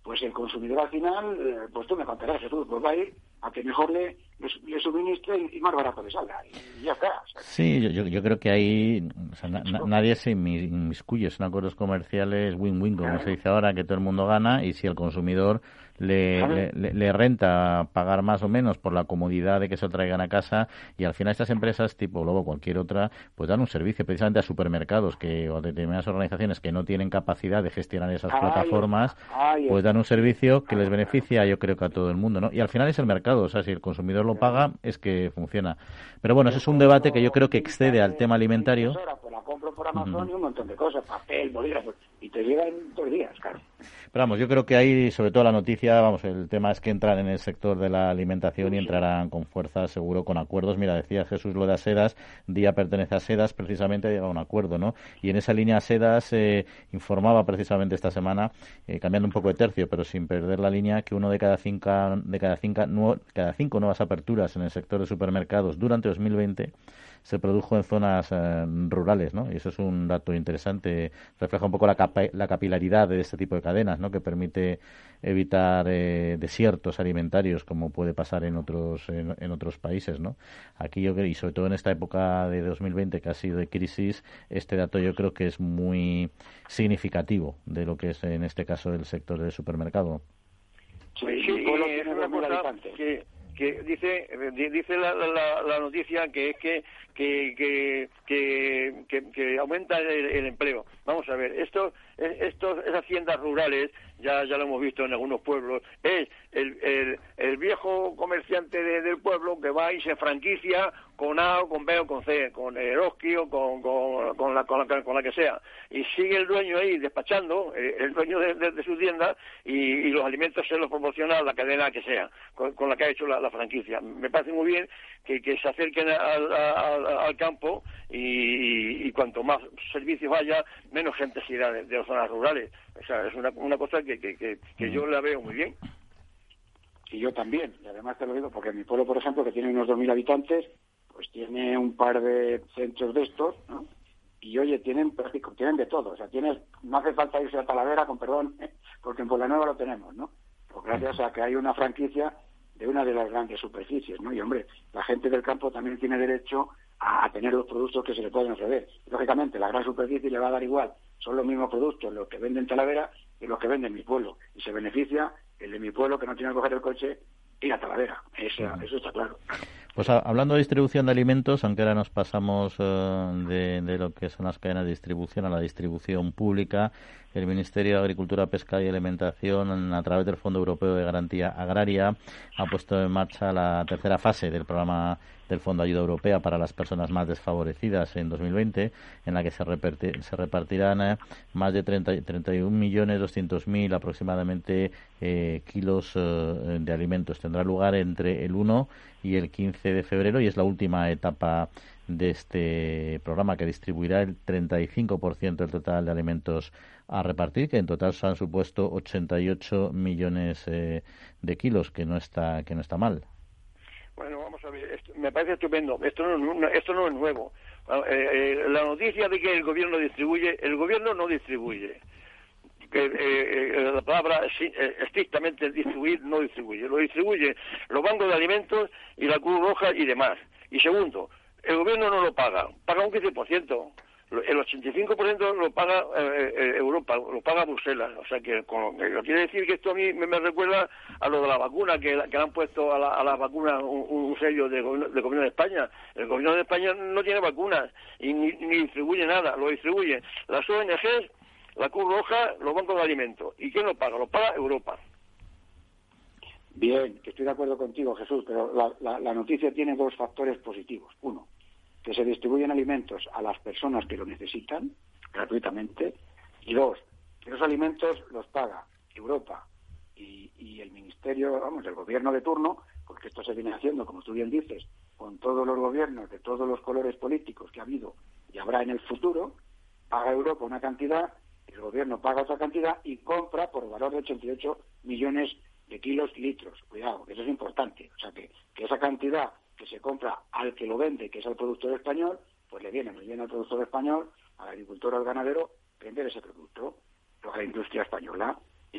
pues el consumidor al final, eh, pues tú me contarás, Jesús, pues va a ir a que mejor le, le, le suministre y más barato le salga. Y ya está. O sea, sí, yo, yo creo que ahí o sea, na, na, nadie se inmiscuye. Son acuerdos comerciales win-win, como claro. se dice ahora, que todo el mundo gana, y si el consumidor le, le, le, le renta pagar más o menos por la comodidad de que se lo traigan a casa, y al final estas empresas, tipo Globo o cualquier otra, pues dan un servicio precisamente a supermercados que o a determinadas organizaciones que no tienen capacidad de gestionar esas ay, plataformas, ay, pues dan un servicio que les beneficia, yo creo que a todo el mundo, ¿no? Y al final es el mercado, o sea, si el consumidor lo paga, es que funciona. Pero bueno, ese es un debate que yo creo que excede al tema alimentario. Pues la compro por Amazon uh-huh. y un montón de cosas, papel, bolígrafos, y te llega en dos días, claro. Pero vamos, yo creo que ahí, sobre todo la noticia, vamos, el tema es que entran en el sector de la alimentación y entrarán con fuerza, seguro, con acuerdos. Mira, decía Jesús lo de Sedas, Día pertenece a Sedas, precisamente ha llegado a un acuerdo, ¿no? Y en esa línea Sedas eh, informaba precisamente esta semana, eh, cambiando un poco de tercio, pero sin perder la línea, que uno de cada cinco, de cada cinco, nuevo, cada cinco nuevas aperturas en el sector de supermercados durante dos mil veinte se produjo en zonas eh, rurales, ¿no? Y eso es un dato interesante, refleja un poco la, capa- la capilaridad de este tipo de cadenas, ¿no? Que permite evitar eh, desiertos alimentarios, como puede pasar en otros en, en otros países, ¿no? Aquí yo creo, y sobre todo en esta época de dos mil veinte que ha sido de crisis, este dato yo creo que es muy significativo de lo que es en este caso el sector del supermercado. Sí, sí, y es una cosa que que dice dice la, la, la noticia que es que que que que, que, que aumenta el, el empleo. Vamos a ver, esto estos esas haciendas rurales ya ya lo hemos visto en algunos pueblos, es el el, el viejo comerciante de, del pueblo que va y se franquicia con A o con B o con C, con Eroski o con con, con, la, con, la, con la que sea, y sigue el dueño ahí despachando, eh, el dueño de, de, de su tienda, y, y los alimentos se los proporciona a la cadena que sea, con, con la que ha hecho la, la franquicia. Me parece muy bien que, que se acerquen al, al, al campo y, y cuanto más servicios haya, menos gente se irá de, de las zonas rurales. O sea, es una, una cosa que, que, que, que yo la veo muy bien. Y yo también, y además te lo digo porque en mi pueblo, por ejemplo, que tiene unos dos mil habitantes, pues tiene un par de centros de estos, ¿no? Y oye, tienen práctico, tienen de todo, o sea, tienes, no hace falta irse a Talavera, con perdón, ¿eh? Porque en Pueblanueva lo tenemos, ¿no? Pues gracias a que hay una franquicia de una de las grandes superficies, ¿no? Y hombre, la gente del campo también tiene derecho a, a tener los productos que se le pueden ofrecer. Lógicamente, la gran superficie le va a dar igual, son los mismos productos los que venden Talavera y los que venden mi pueblo, y se beneficia el de mi pueblo que no tiene que coger el coche ir a Talavera, eso, uh-huh. eso está claro. Pues a, hablando de distribución de alimentos, aunque ahora nos pasamos uh, de, de lo que son las cadenas de distribución a la distribución pública, el Ministerio de Agricultura, Pesca y Alimentación, a través del Fondo Europeo de Garantía Agraria, ha puesto en marcha la tercera fase del programa del Fondo de Ayuda Europea para las personas más desfavorecidas en dos mil veinte, en la que se, repartir, se repartirán eh, más de treinta y un millones doscientos mil aproximadamente eh, kilos eh, de alimentos. Tendrá lugar entre el uno y el quince de febrero y es la última etapa de este programa, que distribuirá el treinta y cinco por ciento del total de alimentos a repartir, que en total se han supuesto ochenta y ocho millones eh, de kilos, que no está que no está mal. Bueno, vamos a ver, esto, me parece estupendo. Esto no, no, esto no es nuevo. Eh, eh, la noticia de que el gobierno distribuye, el gobierno no distribuye. Que eh, eh, la palabra eh, estrictamente distribuir no distribuye. Lo distribuye los bancos de alimentos y la Cruz Roja y demás. Y segundo, el gobierno no lo paga, paga un quince por ciento. El ochenta y cinco por ciento lo paga eh, eh, Europa, lo paga Bruselas. O sea que con, lo quiere decir que esto a mí me, me recuerda a lo de la vacuna, que, que le han puesto a la, a la vacuna un, un sello de, de gobierno de España. El gobierno de España no tiene vacunas y ni, ni distribuye nada, lo distribuyen las O N Ges, la Cruz Roja, los bancos de alimentos. ¿Y quién lo paga? Lo paga Europa. Bien, que estoy de acuerdo contigo, Jesús, pero la, la, la noticia tiene dos factores positivos. Uno, que se distribuyen alimentos a las personas que lo necesitan gratuitamente, y dos, que los alimentos los paga Europa y, y el Ministerio, vamos, el gobierno de turno, porque esto se viene haciendo, como tú bien dices, con todos los gobiernos de todos los colores políticos que ha habido y habrá en el futuro. Paga Europa una cantidad, el gobierno paga otra cantidad y compra por valor de ochenta y ocho millones de kilos y litros. Cuidado, que eso es importante. O sea, que, que esa cantidad que se compra al que lo vende, que es al productor español, pues le viene muy bien al productor español, al agricultor, al ganadero, vender ese producto, a la industria española. Y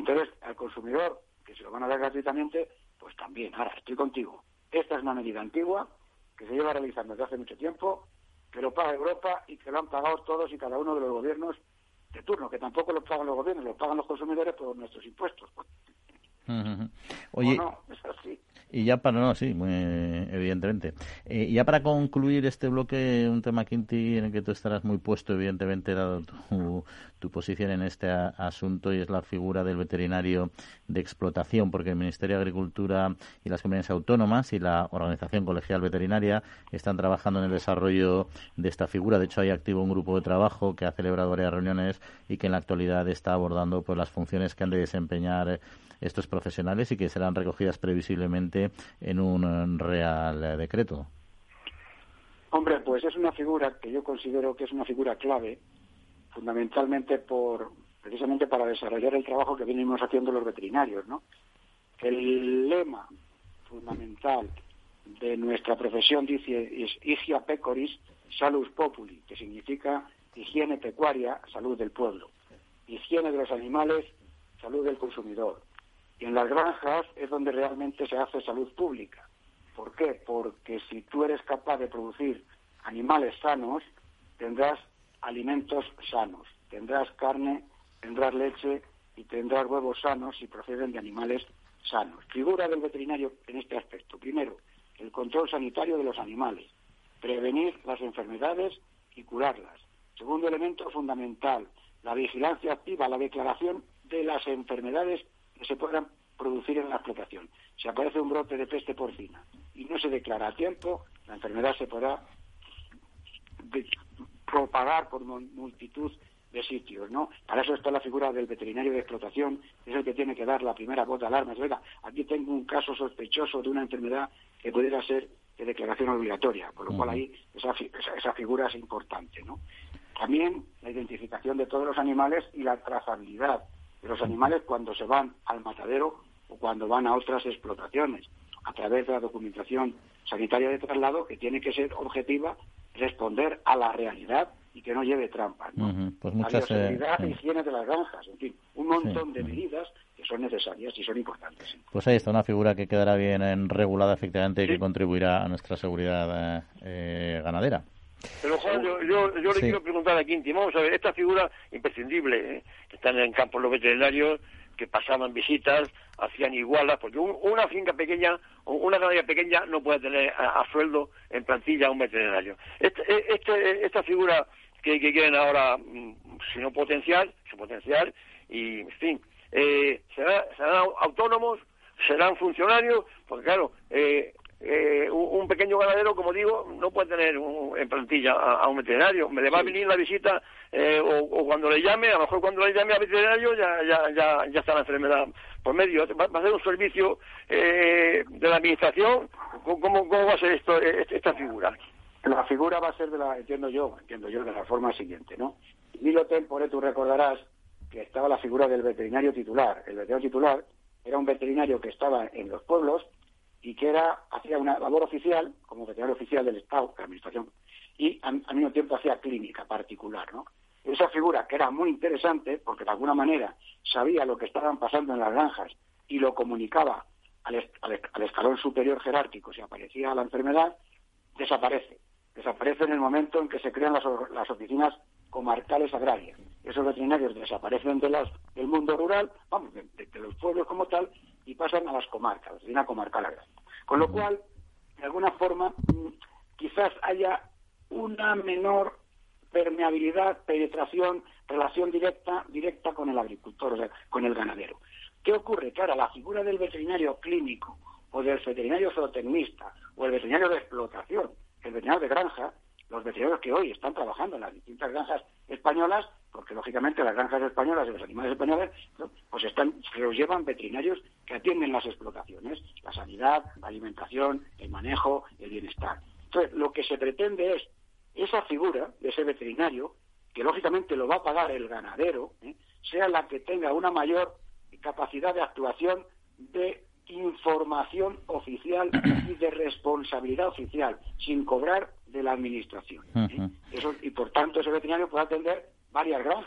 entonces al consumidor, que se lo van a dar gratuitamente, pues también. Ahora, estoy contigo. Esta es una medida antigua que se lleva realizando desde hace mucho tiempo, que lo paga Europa y que lo han pagado todos y cada uno de los gobiernos de turno, que tampoco lo pagan los gobiernos, lo pagan los consumidores por nuestros impuestos. Uh-huh. Oye, no, es así. Y ya para, no, sí, muy, evidentemente. Eh, y ya para concluir este bloque, un tema, Quinti, en el que tú estarás muy puesto, evidentemente, dado tu, tu posición en este a, asunto, y es la figura del veterinario de explotación, porque el Ministerio de Agricultura y las comunidades autónomas y la Organización Colegial Veterinaria están trabajando en el desarrollo de esta figura. De hecho, hay activo un grupo de trabajo que ha celebrado varias reuniones y que en la actualidad está abordando pues las funciones que han de desempeñar estos profesionales y que serán recogidas previsiblemente en un Real Decreto. Hombre, pues es una figura que yo considero que es una figura clave, fundamentalmente por precisamente para desarrollar el trabajo que venimos haciendo los veterinarios, ¿no? El lema fundamental de nuestra profesión dice es Hygia Pecoris Salus Populi, que significa higiene pecuaria, salud del pueblo, higiene de los animales, salud del consumidor. Y en las granjas es donde realmente se hace salud pública. ¿Por qué? Porque si tú eres capaz de producir animales sanos, tendrás alimentos sanos, tendrás carne, tendrás leche y tendrás huevos sanos si proceden de animales sanos. Figura del veterinario en este aspecto. Primero, el control sanitario de los animales, prevenir las enfermedades y curarlas. Segundo elemento fundamental, la vigilancia activa, la declaración de las enfermedades que se puedan producir en la explotación. Si aparece un brote de peste porcina y no se declara a tiempo, la enfermedad se podrá de, propagar por multitud de sitios, ¿no? Para eso está la figura del veterinario de explotación, que es el que tiene que dar la primera voz de alarma. Oiga, aquí tengo un caso sospechoso de una enfermedad que pudiera ser de declaración obligatoria, por lo uh-huh. cual ahí esa, esa, esa figura es importante, ¿no? También la identificación de todos los animales y la trazabilidad de los animales cuando se van al matadero o cuando van a otras explotaciones, a través de la documentación sanitaria de traslado, que tiene que ser objetiva, responder a la realidad y que no lleve trampas, ¿no? Uh-huh. Pues la muchas, bioseguridad eh, e higiene de las granjas, en fin, un montón sí. de medidas que son necesarias y son importantes. ¿Sí? Pues ahí está una figura que quedará bien en regulada, efectivamente, y sí. que contribuirá a nuestra seguridad eh, eh, ganadera. Pero Juan, yo, yo, yo le sí. quiero preguntar a Quinti, vamos a ver, esta figura imprescindible, ¿eh? que están en campos los veterinarios, que pasaban visitas, hacían igualas, porque un, una finca pequeña, una ganadería pequeña no puede tener a, a sueldo en plantilla a un veterinario. Este, este, esta figura que, que quieren ahora, si no potenciar, su potencial, y en fin, eh, será, serán autónomos, serán funcionarios, porque claro, eh, Eh, un pequeño ganadero, como digo, no puede tener un, en plantilla a, a un veterinario. Me le va sí. a venir la visita eh, o, o cuando le llame, a lo mejor cuando le llame al veterinario ya ya ya ya está la enfermedad por medio. Va, va a ser un servicio eh, de la administración. ¿Cómo, ¿Cómo va a ser esto esta figura? La figura va a ser de la, entiendo yo, entiendo yo de la forma siguiente, ¿no? Milo tempore, tú recordarás que estaba la figura del veterinario titular. El veterinario titular era un veterinario que estaba en los pueblos y que era hacía una labor oficial, como veterinario oficial del Estado, de la Administración, y al mismo tiempo hacía clínica particular, ¿no? Esa figura, que era muy interesante, porque de alguna manera sabía lo que estaban pasando en las granjas y lo comunicaba al, est- al, est- al escalón superior jerárquico si aparecía la enfermedad, desaparece. Desaparece en el momento en que se crean las, las oficinas comarcales agrarias. Esos veterinarios desaparecen de las, del mundo rural, vamos, de, de, de los pueblos como tal, y pasan a las comarcas, la oficina comarcal agraria. Con lo cual, de alguna forma, quizás haya una menor permeabilidad, penetración, relación directa directa con el agricultor, o sea, con el ganadero. ¿Qué ocurre? Que ahora la figura del veterinario clínico, o del veterinario zootecnista, o el veterinario de explotación, el veterinario de granja, los veterinarios que hoy están trabajando en las distintas granjas españolas, porque lógicamente las granjas españolas y los animales españoles, ¿no? pues están, se los llevan veterinarios que atienden las explotaciones, la sanidad, la alimentación, el manejo, el bienestar. Entonces, lo que se pretende es esa figura de ese veterinario, que lógicamente lo va a pagar el ganadero, ¿eh? sea la que tenga una mayor capacidad de actuación, de información oficial y de responsabilidad oficial, sin cobrar de la administración. ¿eh? Eso, y por tanto ese veterinario puede atender varias granjas,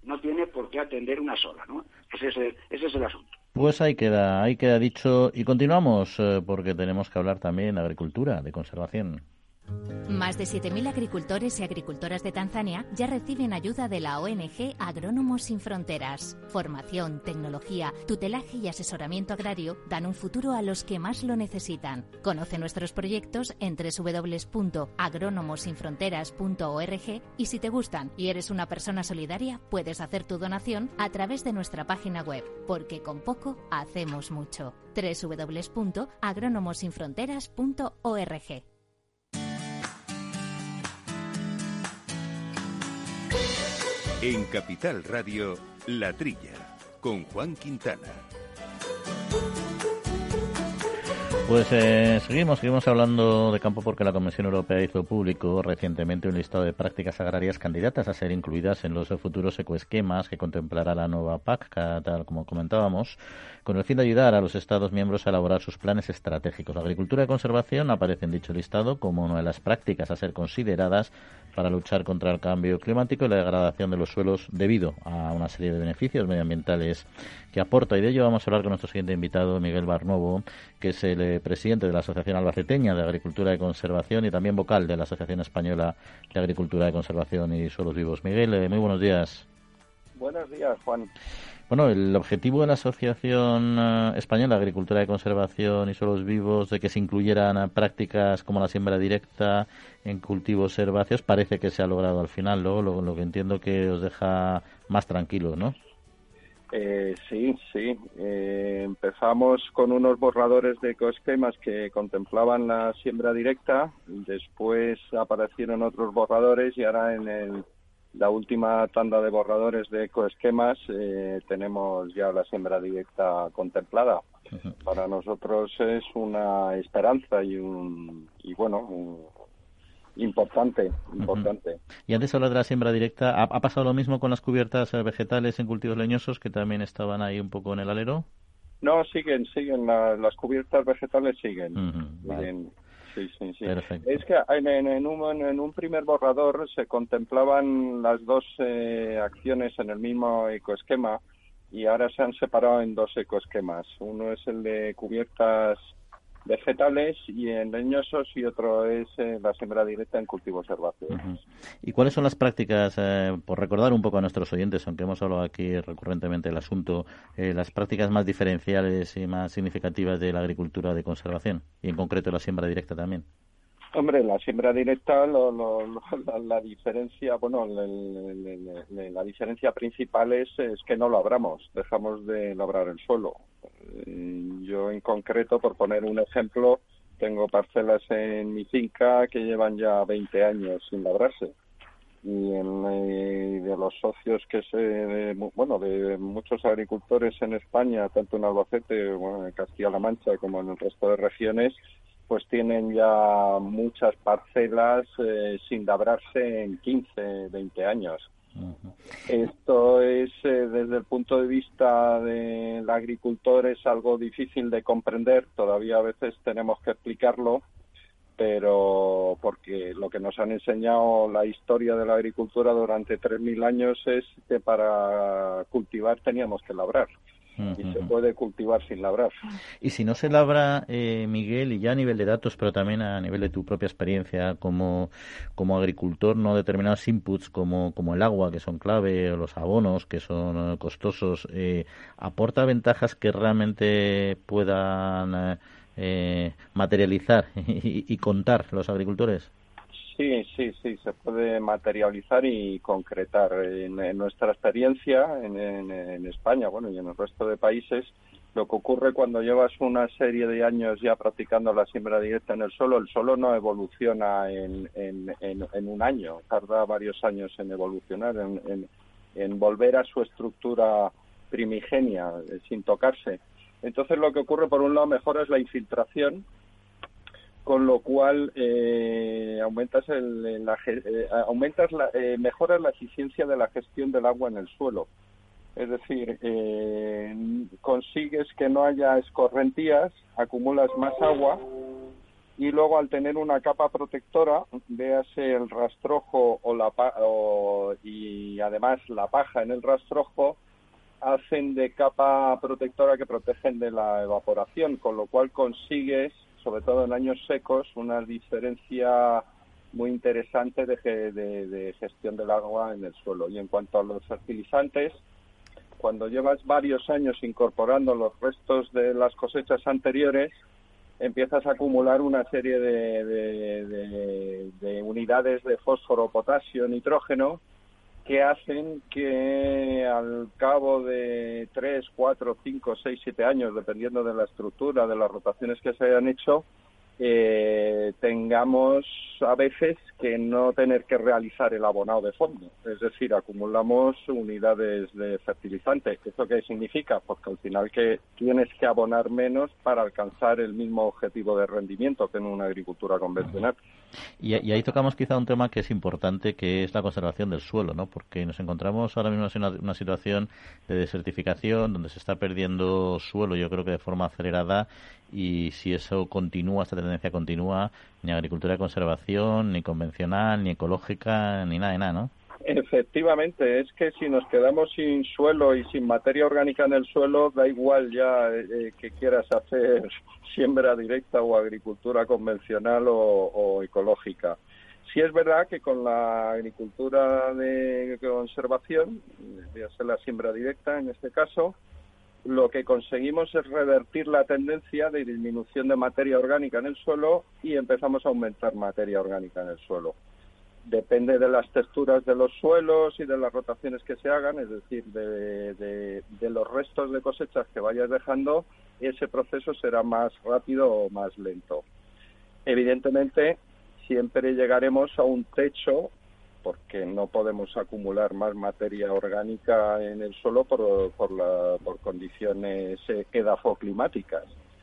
no tiene por qué atender una sola, ¿no? Ese es el, ese es el asunto. Pues ahí queda, ahí queda dicho. Y continuamos, eh, porque tenemos que hablar también de agricultura, de conservación. Más de siete mil agricultores y agricultoras de Tanzania ya reciben ayuda de la O N G Agrónomos Sin Fronteras. Formación, tecnología, tutelaje y asesoramiento agrario dan un futuro a los que más lo necesitan. Conoce nuestros proyectos en doble u doble u doble u punto agrónomos sin fronteras punto org y si te gustan y eres una persona solidaria, puedes hacer tu donación a través de nuestra página web, porque con poco hacemos mucho. doble u doble u doble u punto agrónomos sin fronteras punto org. En Capital Radio, La Trilla, con Juan Quintana. Pues eh, seguimos, seguimos hablando de campo porque la Comisión Europea hizo público recientemente un listado de prácticas agrarias candidatas a ser incluidas en los futuros ecoesquemas que contemplará la nueva P A C, tal como comentábamos, con el fin de ayudar a los Estados miembros a elaborar sus planes estratégicos. La agricultura de conservación aparece en dicho listado como una de las prácticas a ser consideradas para luchar contra el cambio climático y la degradación de los suelos debido a una serie de beneficios medioambientales que aporta. Y de ello vamos a hablar con nuestro siguiente invitado, Miguel Barnovo, que es el eh, presidente de la Asociación Albaceteña de Agricultura de Conservación y también vocal de la Asociación Española de Agricultura de Conservación y Suelos Vivos. Miguel, eh, muy buenos días. Buenos días, Juan. Bueno, el objetivo de la Asociación Española de Agricultura de Conservación y Suelos Vivos de que se incluyeran prácticas como la siembra directa en cultivos herbáceos parece que se ha logrado al final, ¿no? Lo, lo que entiendo que os deja más tranquilos, ¿no? Eh, sí, sí. Eh, empezamos con unos borradores de ecoesquemas que contemplaban la siembra directa, después aparecieron otros borradores y ahora en el la última tanda de borradores de ecoesquemas eh, tenemos ya la siembra directa contemplada. Uh-huh. Para nosotros es una esperanza y un y bueno un, importante importante. Uh-huh. Y antes de hablar de la siembra directa, ¿ha, ¿ha pasado lo mismo con las cubiertas vegetales en cultivos leñosos que también estaban ahí un poco en el alero? No, siguen siguen la, las cubiertas vegetales siguen. Uh-huh. Vale. siguen Sí, sí, sí. Perfecto. Es que en, en, un, en un primer borrador se contemplaban las dos eh, acciones en el mismo ecoesquema y ahora se han separado en dos ecoesquemas. Uno es el de cubiertas vegetales y en leñosos y otro es eh, la siembra directa en cultivos herbáceos. Uh-huh. ¿Y cuáles son las prácticas, eh, por recordar un poco a nuestros oyentes, aunque hemos hablado aquí recurrentemente del asunto, eh, las prácticas más diferenciales y más significativas de la agricultura de conservación y en concreto la siembra directa también? Hombre, la siembra directa, lo, lo, lo, la, la diferencia, bueno, el, el, el, la diferencia principal es, es que no labramos, dejamos de labrar el suelo. Yo en concreto, por poner un ejemplo, tengo parcelas en mi finca que llevan ya veinte años sin labrarse. Y en, eh, de los socios que se, de, bueno, de muchos agricultores en España, tanto en Albacete, bueno, en Castilla-La Mancha como en el resto de regiones, pues tienen ya muchas parcelas eh, sin labrarse en quince, veinte años. Uh-huh. Esto es, eh, desde el punto de vista del agricultor, es algo difícil de comprender. Todavía a veces tenemos que explicarlo, pero porque lo que nos han enseñado la historia de la agricultura durante tres mil años es que para cultivar teníamos que labrar. Y se puede cultivar sin labrar. Y si no se labra, eh, Miguel, y ya a nivel de datos, pero también a nivel de tu propia experiencia como, como agricultor, no determinados inputs como, como el agua, que son clave, o los abonos, que son eh, costosos, eh, ¿aporta ventajas que realmente puedan eh, materializar y, y contar los agricultores? Sí, sí, sí, se puede materializar y concretar. En, en nuestra experiencia en, en, en España, bueno, y en el resto de países, lo que ocurre cuando llevas una serie de años ya practicando la siembra directa en el suelo, el suelo no evoluciona en, en, en, en un año, tarda varios años en evolucionar, en, en, en volver a su estructura primigenia, eh, sin tocarse. Entonces lo que ocurre, por un lado, mejor es la infiltración, con lo cual eh, aumentas el, la, eh, aumentas la, eh, mejoras la eficiencia de la gestión del agua en el suelo. Es decir, eh, consigues que no haya escorrentías, acumulas más agua y luego al tener una capa protectora, véase el rastrojo o la pa- o, y además la paja en el rastrojo, hacen de capa protectora que protegen de la evaporación, con lo cual consigues, sobre todo en años secos, una diferencia muy interesante de, de, de gestión del agua en el suelo. Y en cuanto a los fertilizantes, cuando llevas varios años incorporando los restos de las cosechas anteriores, empiezas a acumular una serie de, de, de, de unidades de fósforo, potasio, nitrógeno, que hacen que al cabo de tres, cuatro, cinco, seis, siete años, dependiendo de la estructura, de las rotaciones que se hayan hecho, eh, tengamos a veces que no tener que realizar el abonado de fondo. Es decir, acumulamos unidades de fertilizante. ¿Esto qué significa? Pues que al final que tienes que abonar menos para alcanzar el mismo objetivo de rendimiento que en una agricultura convencional. Y, y ahí tocamos quizá un tema que es importante, que es la conservación del suelo, ¿no? Porque nos encontramos ahora mismo en una, una situación de desertificación donde se está perdiendo suelo, yo creo que de forma acelerada, y si eso continúa, esta tendencia continúa, ni agricultura de conservación, ni convencional, ni ecológica, ni nada de nada, ¿no? Efectivamente, es que si nos quedamos sin suelo y sin materia orgánica en el suelo, da igual ya eh, que quieras hacer siembra directa o agricultura convencional o, o ecológica. Sí es verdad que con la agricultura de conservación, ya sea la siembra directa en este caso, lo que conseguimos es revertir la tendencia de disminución de materia orgánica en el suelo y empezamos a aumentar materia orgánica en el suelo. Depende de las texturas de los suelos y de las rotaciones que se hagan, es decir, de, de, de los restos de cosechas que vayas dejando, ese proceso será más rápido o más lento. Evidentemente, siempre llegaremos a un techo, porque no podemos acumular más materia orgánica en el suelo por, por, la, por condiciones eh, edafoclimáticas.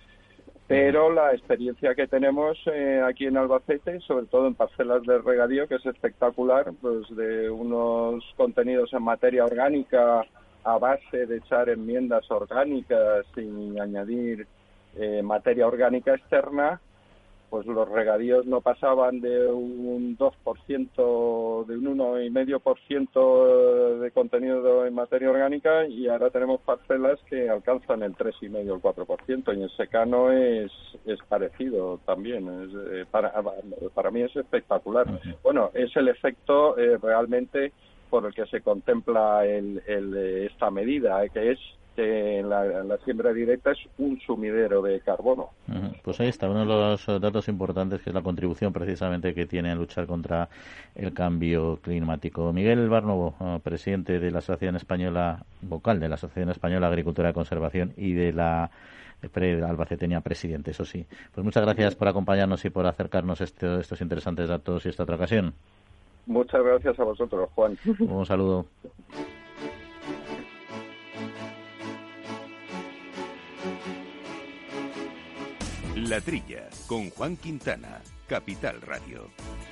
Pero la experiencia que tenemos eh, aquí en Albacete, sobre todo en parcelas de regadío, que es espectacular, pues de unos contenidos en materia orgánica a base de echar enmiendas orgánicas y añadir eh, materia orgánica externa, pues los regadíos no pasaban de un dos por ciento, de un uno coma cinco por ciento de contenido en materia orgánica, y ahora tenemos parcelas que alcanzan el tres coma cinco, el cuatro por ciento, y en secano es, es parecido también. Es, eh, para, para mí es espectacular. Bueno, es el efecto eh, realmente por el que se contempla el, el, esta medida, eh, que es que la, la siembra directa es un sumidero de carbono. Pues ahí está, uno de los datos importantes, que es la contribución precisamente que tiene en luchar contra el cambio climático. Miguel Barnovo, presidente de la Asociación Española, vocal de la Asociación Española de Agricultura de Conservación, y de la Albacetenia presidente, eso sí. Pues muchas gracias por acompañarnos y por acercarnos este, estos interesantes datos y esta otra ocasión. Muchas gracias a vosotros, Juan. Un saludo. La Trilla, con Juan Quintana, Capital Radio.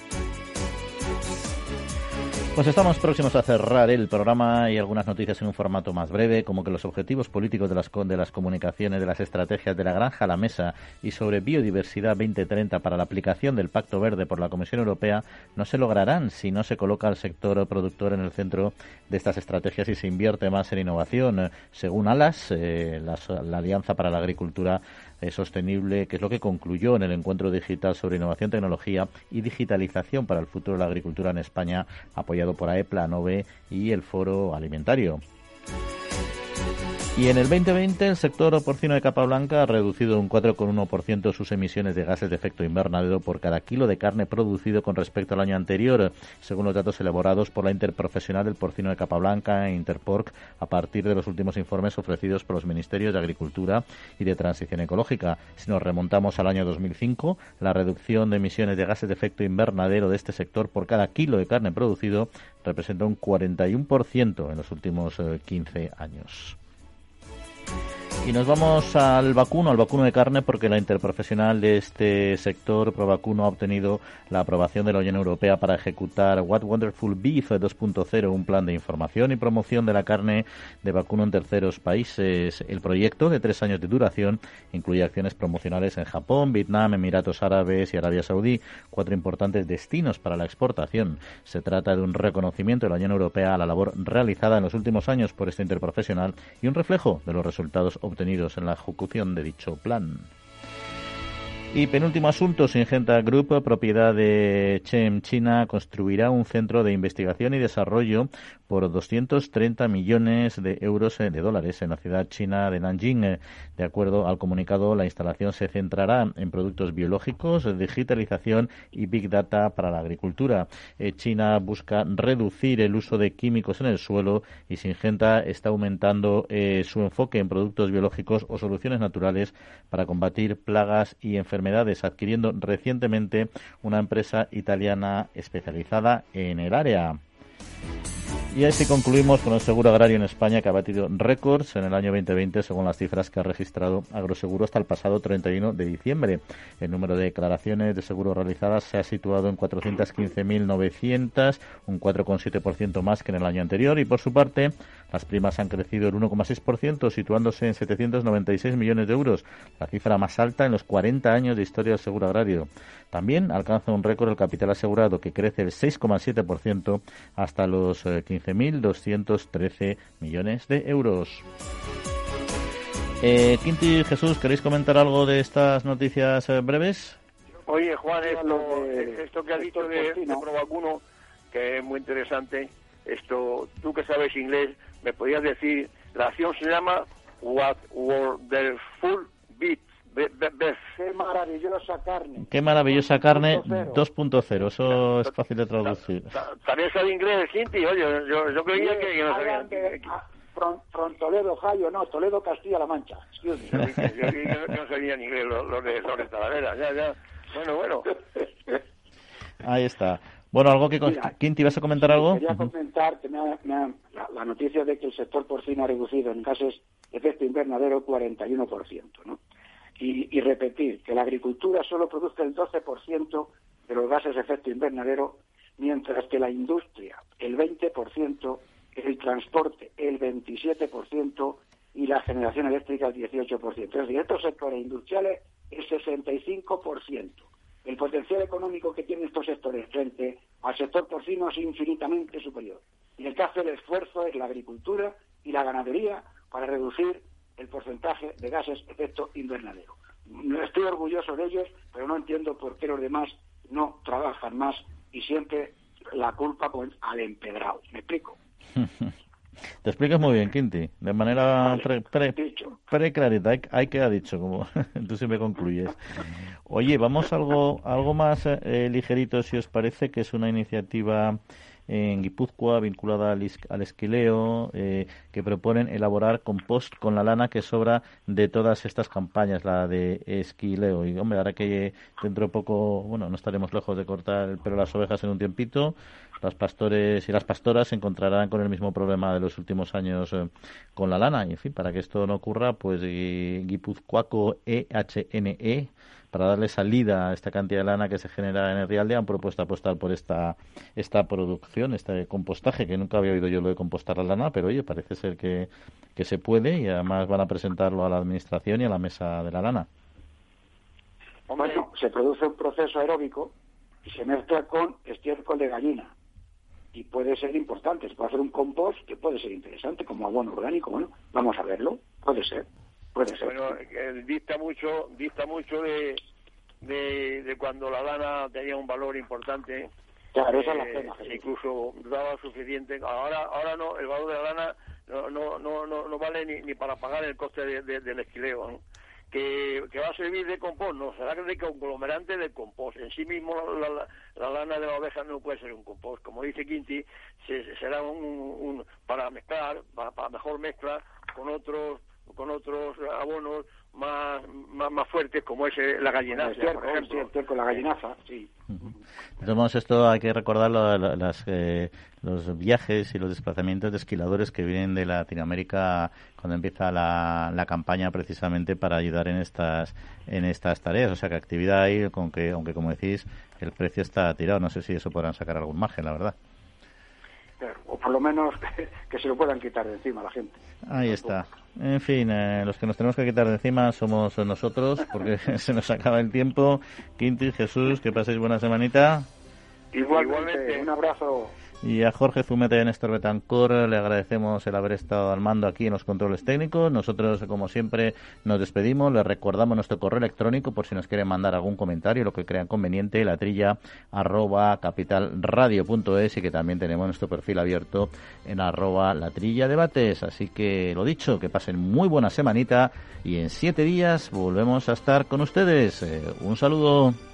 Pues estamos próximos a cerrar el programa y algunas noticias en un formato más breve, como que los objetivos políticos de las, de las comunicaciones, de las estrategias de la granja a la mesa y sobre biodiversidad veinte treinta para la aplicación del Pacto Verde por la Comisión Europea no se lograrán si no se coloca al sector productor en el centro de estas estrategias y se invierte más en innovación. Según ALAS, eh, la, la Alianza para la Agricultura eh, Sostenible, que es lo que concluyó en el encuentro digital sobre innovación, tecnología y digitalización para el futuro de la agricultura en España, apoyado por AEPLA, ANOVE y el Foro Alimentario. Y en el veinte veinte el sector porcino de capa blanca ha reducido un cuatro coma uno por ciento sus emisiones de gases de efecto invernadero por cada kilo de carne producido con respecto al año anterior, según los datos elaborados por la Interprofesional del Porcino de Capa Blanca, Interporc, a partir de los últimos informes ofrecidos por los Ministerios de Agricultura y de Transición Ecológica. Si nos remontamos al año dos mil cinco, la reducción de emisiones de gases de efecto invernadero de este sector por cada kilo de carne producido representa un cuarenta y uno por ciento en los últimos quince años. Y nos vamos al vacuno, al vacuno de carne, porque la interprofesional de este sector, Provacuno, ha obtenido la aprobación de la Unión Europea para ejecutar What Wonderful Beef dos punto cero, un plan de información y promoción de la carne de vacuno en terceros países. El proyecto, de tres años de duración, incluye acciones promocionales en Japón, Vietnam, Emiratos Árabes y Arabia Saudí, cuatro importantes destinos para la exportación. Se trata de un reconocimiento de la Unión Europea a la labor realizada en los últimos años por este interprofesional y un reflejo de los resultados obtenidos en la ejecución de dicho plan. Y penúltimo asunto, Syngenta Group, propiedad de Chem China, construirá un centro de investigación y desarrollo por doscientos treinta millones de euros de dólares en la ciudad china de Nanjing. De acuerdo al comunicado, la instalación se centrará en productos biológicos, digitalización y Big Data para la agricultura. China busca reducir el uso de químicos en el suelo y Syngenta está aumentando eh, su enfoque en productos biológicos o soluciones naturales para combatir plagas y enfermedades, adquiriendo recientemente una empresa italiana especializada en el área. Y así concluimos con el seguro agrario en España, que ha batido récords en el año veinte veinte según las cifras que ha registrado Agroseguro hasta el pasado treinta y uno de diciembre. El número de declaraciones de seguro realizadas se ha situado en cuatrocientos quince mil novecientos, un cuatro coma siete por ciento más que en el año anterior, y por su parte las primas han crecido el uno coma seis por ciento, situándose en setecientos noventa y seis millones de euros, la cifra más alta en los cuarenta años de historia del seguro agrario. También alcanza un récord el capital asegurado, que crece el seis coma siete por ciento hasta los quince mil doscientos trece millones de euros. Eh, Quinti y Jesús, ¿queréis comentar algo de estas noticias eh, breves? Oye, Juan, esto, esto que has dicho de, de Provacuno, que es muy interesante, esto, tú que sabes inglés, me podías decir, la acción se llama What Wonderful Beef. Be, be, be. Qué maravillosa carne. Qué maravillosa carne dos punto cero. Eso es fácil de traducir. ¿También sabe inglés, Quinti? Oye, yo, yo creía que, que no sabía. From Toledo, Ohio, no, Toledo, Castilla-La Mancha. Yo, yo, yo, yo no sabía ni inglés, los lo de, lo de Talavera. Ya, ya. Bueno, bueno. Ahí está. Bueno, algo que... Mira, Quinti, ¿vas a comentar algo? Quería comentar que me ha, me ha, la, la noticia de que el sector porcino ha reducido en gases de efecto invernadero cuarenta y uno por ciento, ¿no? Y, y repetir que la agricultura solo produce el doce por ciento de los gases de efecto invernadero, mientras que la industria el veinte por ciento, el transporte el veintisiete por ciento y la generación eléctrica el dieciocho por ciento. Es decir, estos sectores industriales el sesenta y cinco por ciento. El potencial económico que tienen estos sectores frente al sector porcino es infinitamente superior. Y el que hace el esfuerzo es la agricultura y la ganadería para reducir el porcentaje de gases de efecto invernadero. Estoy orgulloso de ellos, pero no entiendo por qué los demás no trabajan más y siempre la culpa pues, al empedrado. ¿Me explico? Te explicas muy bien, Quinti, de manera pre, pre, pre clarita, hay, hay que ha dicho, como tú siempre concluyes. Oye, vamos a algo, algo más eh, ligerito, si os parece, que es una iniciativa en Guipúzcoa vinculada al, al esquileo, eh, que proponen elaborar compost con la lana que sobra de todas estas campañas, la de esquileo. Y hombre, ahora que dentro de poco, bueno, no estaremos lejos de cortar el pelo a las ovejas en un tiempito, los pastores y las pastoras se encontrarán con el mismo problema de los últimos años eh, con la lana. Y en fin, para que esto no ocurra, pues eh, Guipuzcoaco E H N E, para darle salida a esta cantidad de lana que se genera en el Rialde, han propuesto apostar por esta esta producción, este compostaje, que nunca había oído yo lo de compostar la lana, pero oye, parece ser que, que se puede, y además van a presentarlo a la administración y a la mesa de la lana. Bueno, se produce un proceso aeróbico y se mezcla con estiércol de gallina, y puede ser importante, se puede hacer un compost que puede ser interesante como abono orgánico. Bueno, vamos a verlo, puede ser. Puede ser. Bueno, eh, dista mucho, dista mucho de, de, de cuando la lana tenía un valor importante. Claro, eh, esa es la pena. Incluso daba suficiente. Ahora, ahora no, el valor de la lana no, no, no, no, no vale ni, ni para pagar el coste de, de, del esquileo, ¿no? Que, que va a servir de compost, no, será de conglomerante de compost. En sí mismo la, la, la lana de la oveja no puede ser un compost. Como dice Quinti, se, será un, un para mezclar, para, para mejor mezcla con otros con otros abonos más más, más fuertes, como es la gallinaza, el por ejemplo. Sí, con la gallinaza, sí. De todos modos, esto hay que recordar lo, lo, las, eh, los viajes y los desplazamientos de esquiladores que vienen de Latinoamérica cuando empieza la, la campaña, precisamente para ayudar en estas en estas tareas. O sea, que actividad hay, con que, aunque como decís, el precio está tirado. No sé si eso podrán sacar algún margen, la verdad. O por lo menos que se lo puedan quitar de encima a la gente. Ahí está. En fin, eh, los que nos tenemos que quitar de encima somos nosotros, porque se nos acaba el tiempo. Quinti, Jesús, que paséis buena semanita. Igualmente, Igualmente. Un abrazo. Y a Jorge Zumeta y a Néstor Betancor le agradecemos el haber estado al mando aquí en los controles técnicos. Nosotros, como siempre, nos despedimos. Les recordamos nuestro correo electrónico por si nos quieren mandar algún comentario, lo que crean conveniente, latrilla arroba capitalradio punto es, y que también tenemos nuestro perfil abierto en arroba latrilla debates. Así que, lo dicho, que pasen muy buena semanita y en siete días volvemos a estar con ustedes. Eh, un saludo.